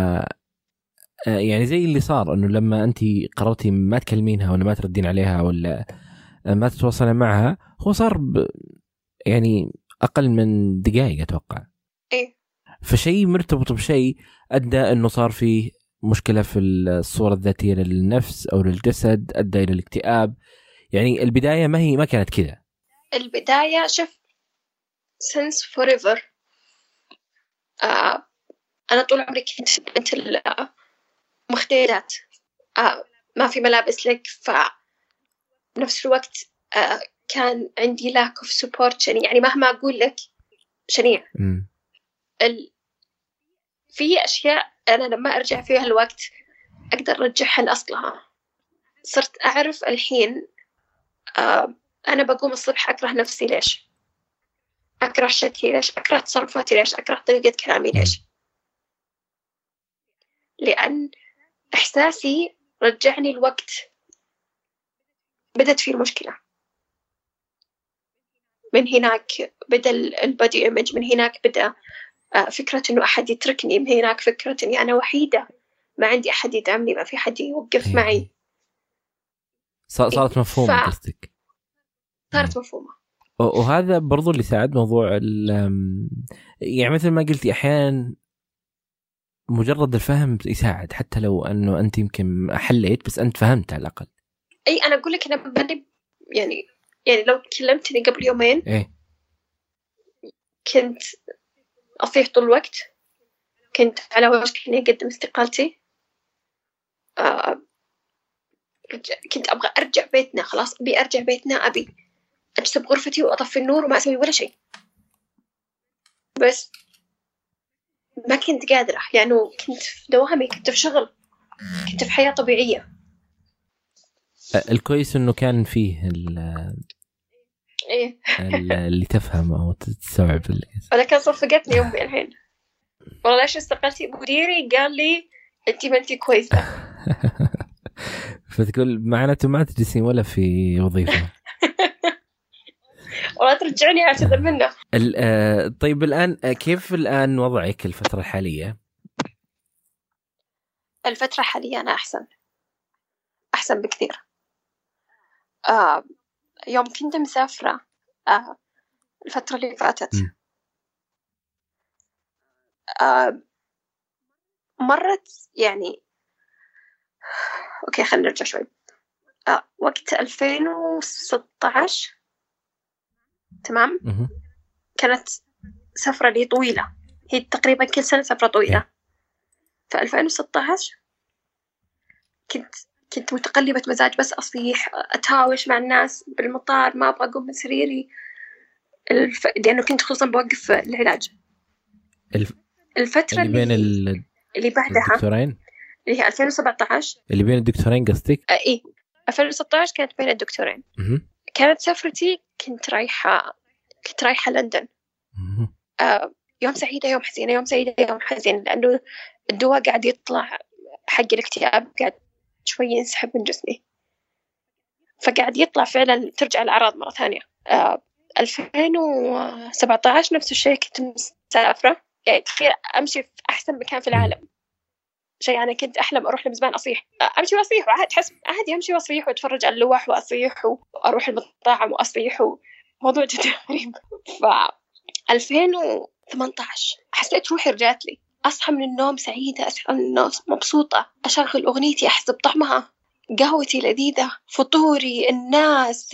يعني زي اللي صار انه لما انت قررتي ما تكلمينها ولا ما تردين عليها ولا ما تتواصلين معها، هو صار يعني اقل من دقائق اتوقع. ايه فشيء مرتبط بشيء ادى انه صار فيه مشكله في الصوره الذاتيه للنفس او للجسد، ادى الى الاكتئاب. يعني البدايه ما كانت كذا. البداية شوف since forever أنا طول عمري كنت بنت المخدرات، ما في ملابس لك، فبنفس الوقت كان عندي lack of support شنيع، يعني مهما أقول لك شنيع. في أشياء أنا لما أرجع فيها الوقت أقدر أرجعها لأصلها. صرت أعرف الحين أنا بقوم الصبح أكره نفسي ليش، أكره شكلي ليش، أكره تصرفاتي ليش، أكره طريقة كلامي ليش. لأن إحساسي رجعني الوقت بدت فيه المشكلة. من هناك بدأ البادي إيمج، من هناك بدأ فكرة إنه أحد يتركني، من هناك فكرة إني أنا وحيدة ما عندي أحد يدعمني، ما في حد يوقف معي. صارت مفهومة قصدك؟ صارت مفهومة. وهذا برضو اللي ساعد موضوع يعني مثل ما قلتي أحيانا مجرد الفهم يساعد، حتى لو أنه أنت يمكن حليت بس أنت فهمت على الأقل. أي أنا أقول لك أنا بني يعني لو كلمتني قبل يومين إيه؟ كنت أصيح طول الوقت، كنت على وشك إني أقدم استقالتي، كنت أبغى أرجع بيتنا، خلاص أبي أرجع بيتنا، أبي أجلس بغرفتي وأطفي النور وما أسوي ولا شيء، بس ما كنت قادرة، يعني كنت في دوامي، كنت في شغل، كنت في حياة طبيعية. الكويس إنه كان فيه إيه اللي تفهم أو تستوعب. ولكن صفقتني أمي الحين، والله ليش استقلتي؟ مديري قال لي أنت ما أنت كويسة. فتقول معناته ما تجلسين ولا في وظيفة. ولا ترجعني أعتذر منه. طيب الآن كيف الآن وضعك الفترة الحالية؟ الفترة الحالية أنا أحسن بكثير. يوم كنت مسافرة الفترة اللي فاتت مرت يعني أوكي خلينا نرجع شوي. وقت 2016 تمام. كانت سفرة لي طويلة، هي تقريبا كل سنة سفرة طويلة. في 2016 كنت متقلبة مزاج، بس أصيح أتهاوش مع الناس بالمطار، ما أبغى أقوم من سريري لأنه كنت خصوصا بوقف العلاج. الفترة اللي بعدها الدكتورين اللي هي 2017 اللي بين الدكتورين قصدك؟ إيه 2016 كانت بين الدكتورين. كانت سفرتي كنت رايحة لندن. يوم سعيدة يوم حزينة، يوم سعيدة يوم حزينة، لأنه الدواء قاعد يطلع حق الاكتئاب قاعد شوي ينسحب من جسمي، فقاعد يطلع فعلا ترجع الأعراض مرة ثانية. 2017 نفس الشيء، كنت مسافرة، يعني تخيل أمشي في أحسن مكان في العالم، شيء أنا كنت أحلم أروح لمزمان أصيح، أمشي وأصيح، وعاد حسب عادي أمشي وأصيح وأتفرج على اللوح وأصيح وأروح المطاعم وأصيح، وموضوع جدا غريب. 2018 حسيت روحي رجعت لي، أصحى من النوم سعيدة، أصحى من النوم مبسوطة، أشغل أغنيتي أحس بطعمها، قهوتي لذيذة، فطوري، الناس،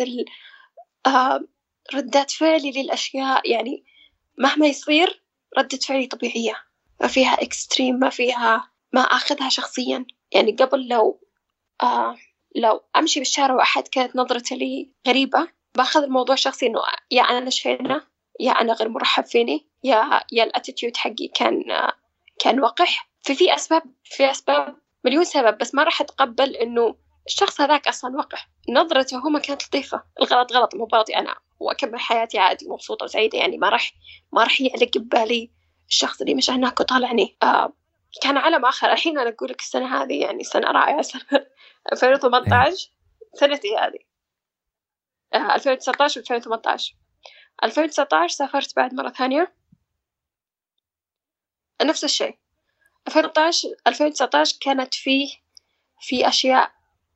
ردات فعلي للأشياء، يعني مهما يصير ردة فعلي طبيعية، ما فيها إكستريم، ما أخذها شخصيا. يعني قبل لو أمشي بالشارع وأحد كانت نظرته لي غريبة، باخذ الموضوع شخصي، إنه يا أنا شينة، يا أنا غير مرحب فيني، يا الاتيتيود حقي كان وقح. في أسباب مليون سبب، بس ما راح أتقبل إنه الشخص هذاك أصلا وقح. نظرته هو ما كانت لطيفة، الغلط غلط، مو غلطي أنا، وأكمل حياتي عادي مبسوطة وسعيدة. يعني ما راح يعلق ببالي الشخص اللي مش هناك وطالعني كان عالم آخر. الحين أنا أقول لك السنة هذه يعني سنة رائعة، سنة 2018 سنتي هذه. 2019 و 2018. 2019 سافرت بعد مرة ثانية، نفس الشيء. 2019 كانت في أشياء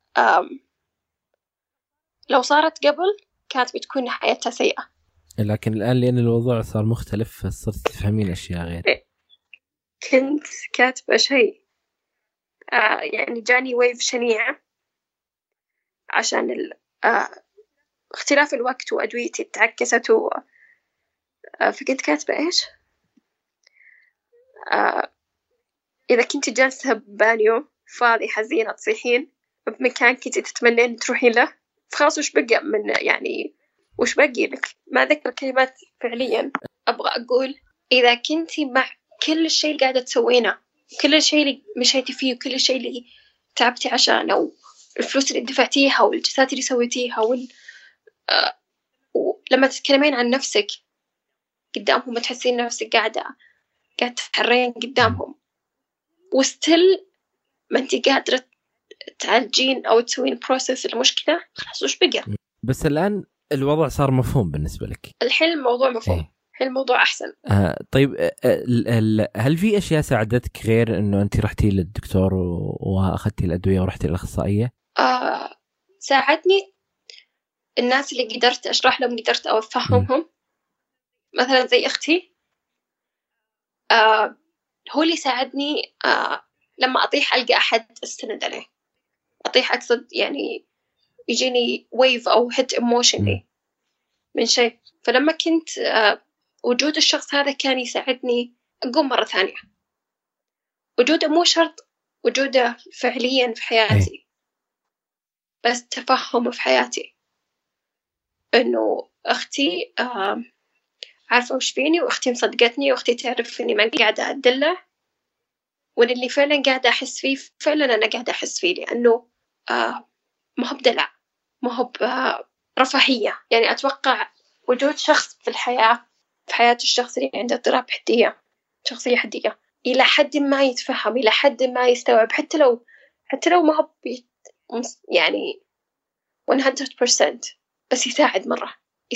لو صارت قبل كانت بتكون حياتها سيئة، لكن الآن لأن الوضع صار مختلف صرت تفهمين أشياء غير. كنت كاتبة شيء يعني جاني ويف شنيعة عشان اختلاف الوقت وأدويتي تعكست فكنت كاتبة إيش؟ إذا كنت جالسة ببانيو فاضي حزينة تصيحين بمكان كنت تتمنين تروحين له، فخلاص وش بقى من يعني وش باقي لك؟ ما ذكر كلمات فعليا. أبغى أقول إذا كنتي مع كل الشيء اللي قاعدة تسوينه، كل الشيء اللي مشيتي فيه، وكل الشيء اللي تعبتي عشانه، والفلوس اللي دفعتيها والجلسات اللي سويتيها ولما تتكلمين عن نفسك قدامهم تحسين نفسك قاعدة تحرين قدامهم، وستيل ما أنتي قادرة تعالجين أو تسوين بروسيس المشكلة، خلاص وش بقى؟ بس الآن الوضع صار مفهوم بالنسبة لك. الحين الموضوع مفهوم. الحين الموضوع أحسن. طيب هل في أشياء ساعدتك غير إنه أنت رحتي للدكتور وأخذتي الأدوية ورحتي للأخصائية؟ ساعدني الناس اللي قدرت أشرح لهم، قدرت أفهمهم. مثلا زي أختي، هو اللي ساعدني لما أطيح ألقى أحد أستند عليه. أطيح أقصد يعني يجيني ويف أو هيت إيموشنلي من شيء، فلما كنت وجود الشخص هذا كان يساعدني أقوم مرة ثانية. وجوده مو شرط وجوده فعليا في حياتي، بس تفهمه في حياتي. إنه أختي عارفة وش فيني، وأختي مصدقتني، وأختي تعرف إني ما قاعدة أدله، وإن اللي فعلا قاعدة أحس فيه فعلا أنا قاعدة أحس فيه، لأنه ما هو بدلع، ما هو برفاهية. يعني أتوقع وجود شخص في الحياة، في حياة الشخص اللي عنده اضطراب حدية، شخصية حدية، إلى حد ما يتفهم، إلى حد ما يستوعب، حتى لو ما هو يعني 100%، بس يساعد مرة،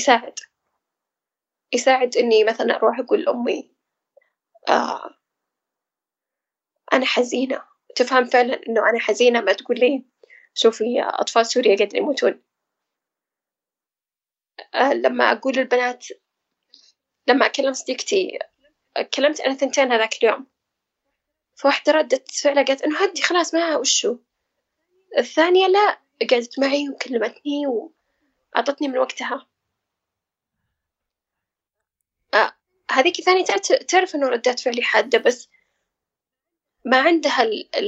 يساعد إني مثلا أروح أقول لأمي أنا حزينة، تفهم فعلا إنه أنا حزينة، ما تقول لي شوفي أطفال سوريا قاعدين يموتون. لما أقول البنات، لما أكلم صديقتي، كلمت أنا 2 هذاك اليوم، فواحدة ردت فعلا قالت إنه هدي خلاص ما وشو. الثانية لا، قعدت معي وكلمتني وأعطتني من وقتها. هذيك الثانية تعرف إنه ردات فعلي حادة، بس ما عندها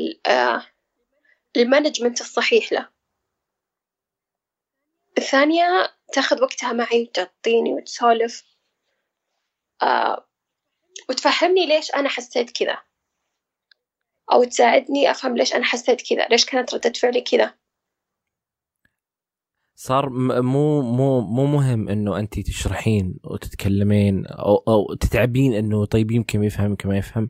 المانجمنت الصحيح له. الثانية تاخذ وقتها معي وتعطيني وتسولف وتفهمني ليش أنا حسيت كذا، أو تساعدني أفهم ليش أنا حسيت كذا، ليش كانت ردة فعلي كذا. صار مو مهم إنه أنت تشرحين وتتكلمين أو تتعبين إنه طيب يمكن يفهم يمكن ما يفهم.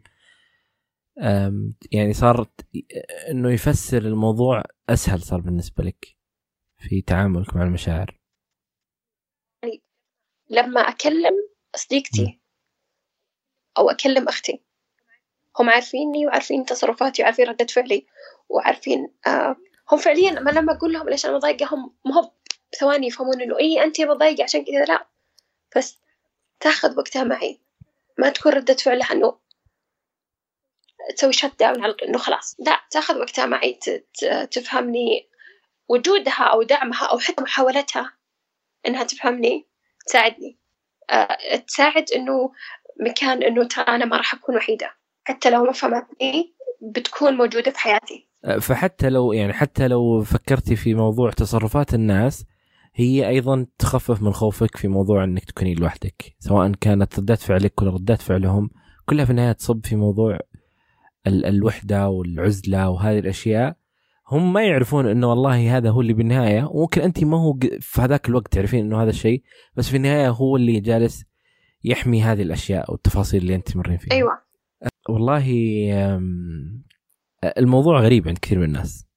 يعني صارت إنه يفسر الموضوع أسهل صار بالنسبة لك في تعاملك مع المشاعر. يعني لما أكلم صديقتي أو أكلم أختي، هم عارفيني وعارفين تصرفاتي وعارفين ردة فعلي وعارفين هم فعليا لما أقول لهم ليش أنا مضايقة، هم مو ثواني يفهمون إنه إيه أنت مضايقة عشان كذا، لا، بس تاخذ وقتها معي، ما تكون ردة فعلها إنه تسوي شت داون على إنه خلاص، لا، تاخذ وقتها معي تفهمني، وجودها أو دعمها أو حتى محاولتها إنها تفهمني تساعدني، تساعد إنه مكان إنه ترى أنا ما راح أكون وحيدة، حتى لو ما فهمتني بتكون موجودة في حياتي. فحتى لو فكرتي في موضوع تصرفات الناس، هي أيضا تخفف من خوفك في موضوع أنك تكوني لوحدك، سواء كانت ردات فعلك ولا ردات فعلهم، كلها في النهاية تصب في موضوع الوحدة والعزلة وهذه الأشياء. هم ما يعرفون أنه والله هذا هو اللي بالنهاية، وممكن أنت ما هو في هذاك الوقت تعرفين أنه هذا الشيء، بس في النهاية هو اللي جالس يحمي هذه الأشياء والتفاصيل اللي أنت مرين فيها. أيوة، والله الموضوع غريب عند كثير من الناس.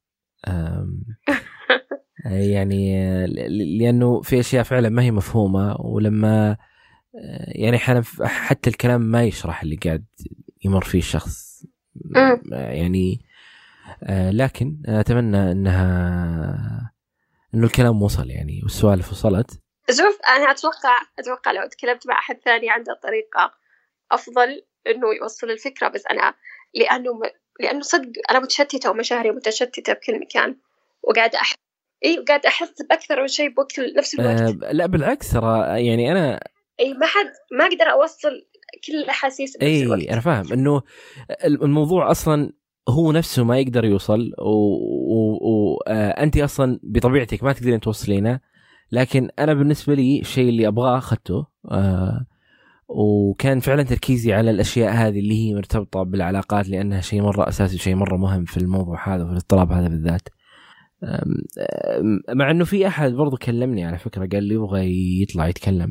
يعني لأنه في أشياء فعلا ما هي مفهومة، ولما يعني حتى الكلام ما يشرح اللي قاعد يمر فيه الشخص يعني. لكن أتمنى إنه الكلام وصل يعني، والسوالف وصلت. شوف أنا أتوقع لو تكلمت مع أحد ثاني عنده طريقة أفضل إنه يوصل الفكرة، بس أنا لأنه صدق أنا متشتتة ومشاعري متشتتة بكل مكان، وقاعدة وقاعدة أحس بأكثر من شيء بوقت نفس الوقت. لا بالعكس ترى، يعني أنا ما أقدر أوصل كل الأحاسيس بنفس الوقت. أنا فاهم إنه الموضوع أصلا هو نفسه ما يقدر يوصل، وأنت أصلا بطبيعتك ما تقدرين توصلينه، لكن أنا بالنسبة لي الشيء اللي أبغاه أخذته، وكان فعلا تركيزي على الأشياء هذه اللي هي مرتبطة بالعلاقات، لأنها شيء مرة أساسي، شيء مرة مهم في الموضوع هذا وفي الاضطراب هذا بالذات. مع أنه في أحد برضو كلمني على فكرة، قال لي يبغى يطلع يتكلم،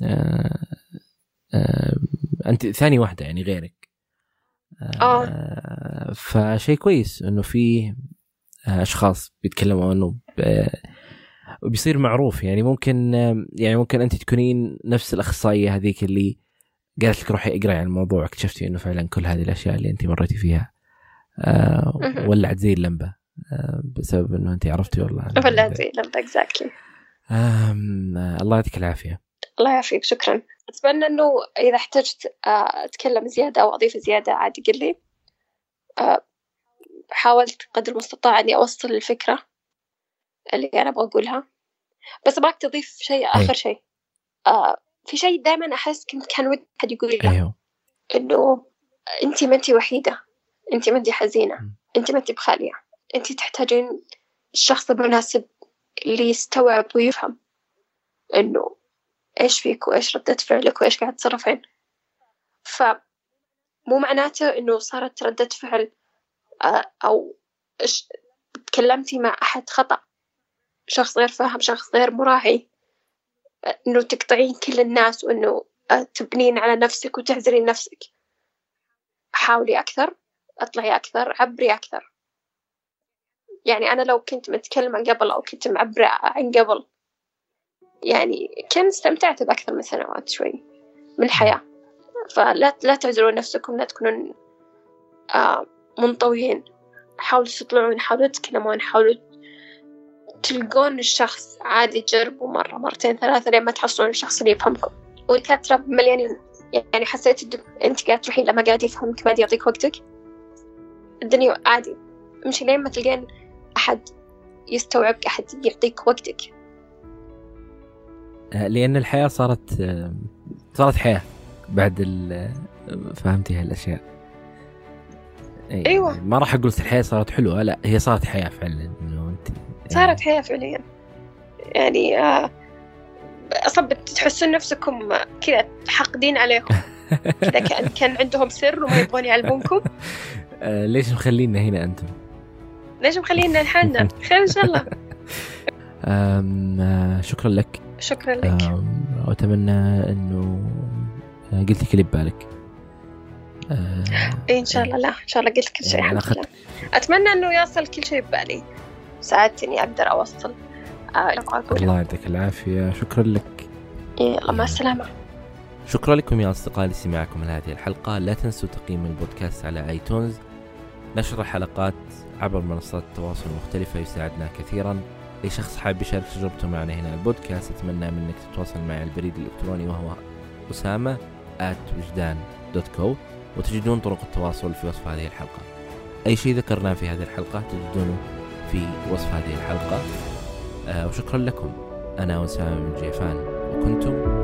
أنت ثاني واحدة يعني غيرك. فشيء كويس أنه في أشخاص بيتكلموا أنه وبيصير معروف. يعني ممكن أنت تكونين نفس الأخصائية هذيك اللي قالت لك روحي اقرأي عن الموضوع، اكتشفتي أنه فعلا كل هذه الأشياء اللي أنت مريتي فيها ولعت زي اللمبة بسبب أنه أنت عرفتي. والله ولعت زي اللمبة exactly. الله يعطيك العافية. الله يعافيك، شكرا. أتمنى أنه إذا احتجت أتكلم زيادة أو أضيف زيادة عادي قل لي. حاولت قدر المستطاع أني أوصل الفكرة اللي أنا أبغى أقولها، بس أبغاك تضيف شيء آخر شيء. في شيء دائما أحس كان ودي أحد يقول لي إنه أنت ما أنت وحيدة، أنت ما أنت حزينة، أنت ما أنت بخالية، أنت تحتاجين الشخص المناسب اللي يستوعب ويفهم إنه إيش فيك وإيش ردة فعلك وإيش قاعد تصرفين. فمو معناته إنه صارت ردة فعل أو تكلمتي مع أحد خطأ، شخص غير فاهم، شخص غير مراعي، إنه تقطعين كل الناس وإنه تبنين على نفسك وتعذرين نفسك. حاولي أكثر، أطلعي أكثر، عبري أكثر. يعني أنا لو كنت متكلمة قبل أو كنت معبرة عن قبل، يعني كان استمتعت بأكثر من سنوات شوي من الحياة. فلا تعذروا نفسكم، لا تكونون منطويين. حاولوا تطلعون، حاولوا تتكلمون، حاولوا تلقون الشخص. عادي تجربوا مرة مرتين ثلاثة لين ما تحصلون الشخص اللي يفهمكم. والكاترة مليانين، يعني حسيت أنت قاعد تروحين لما قاعد يفهمك ما يعطيك وقتك. الدنيا عادي مش لين ما تلقين أحد يستوعبك، أحد يعطيك وقتك. لأن الحياة صارت حياة بعد فهمتي هالأشياء. أيوة، ما راح أقول الحياة صارت حلوة، لا هي صارت حياة فعلا. إنه أنت صارت حياة فعليا. يعني أصلا تحسون نفسكم كذا حاقدين عليهم كذا، كان عندهم سر وما يبغون يعلمونكم. ليش مخلينا هنا أنتم؟ ليش مخلينا لحالنا؟ خير إن شاء الله. شكرا لك. شكرا لك. وأتمنى إنه قلت لك اللي ببالك. إن شاء الله. لا إن شاء الله قلت كل شيء. الحمد لله. أتمنى إنه يصل كل شيء ببالي، ساعدتني أقدر أوصل. الله يعطيك العافية. شكرا لك. الله مع السلامة. شكرا لكم يا أصدقائي لسماعكم لهذه الحلقة. لا تنسوا تقييم البودكاست على ايتونز. نشر الحلقات عبر منصات التواصل المختلفة يساعدنا كثيرا. أي شخص حاب يشارك تجربته معنا هنا البودكاست، أتمنى منك تتواصل معي على البريد الإلكتروني وهو usama@wujdan.co، وتجدون طرق التواصل في وصف هذه الحلقة. أي شيء ذكرناه في هذه الحلقة تجدونه في وصف هذه الحلقة. وشكرا لكم. أنا أسامة بن جيفان، وكنتم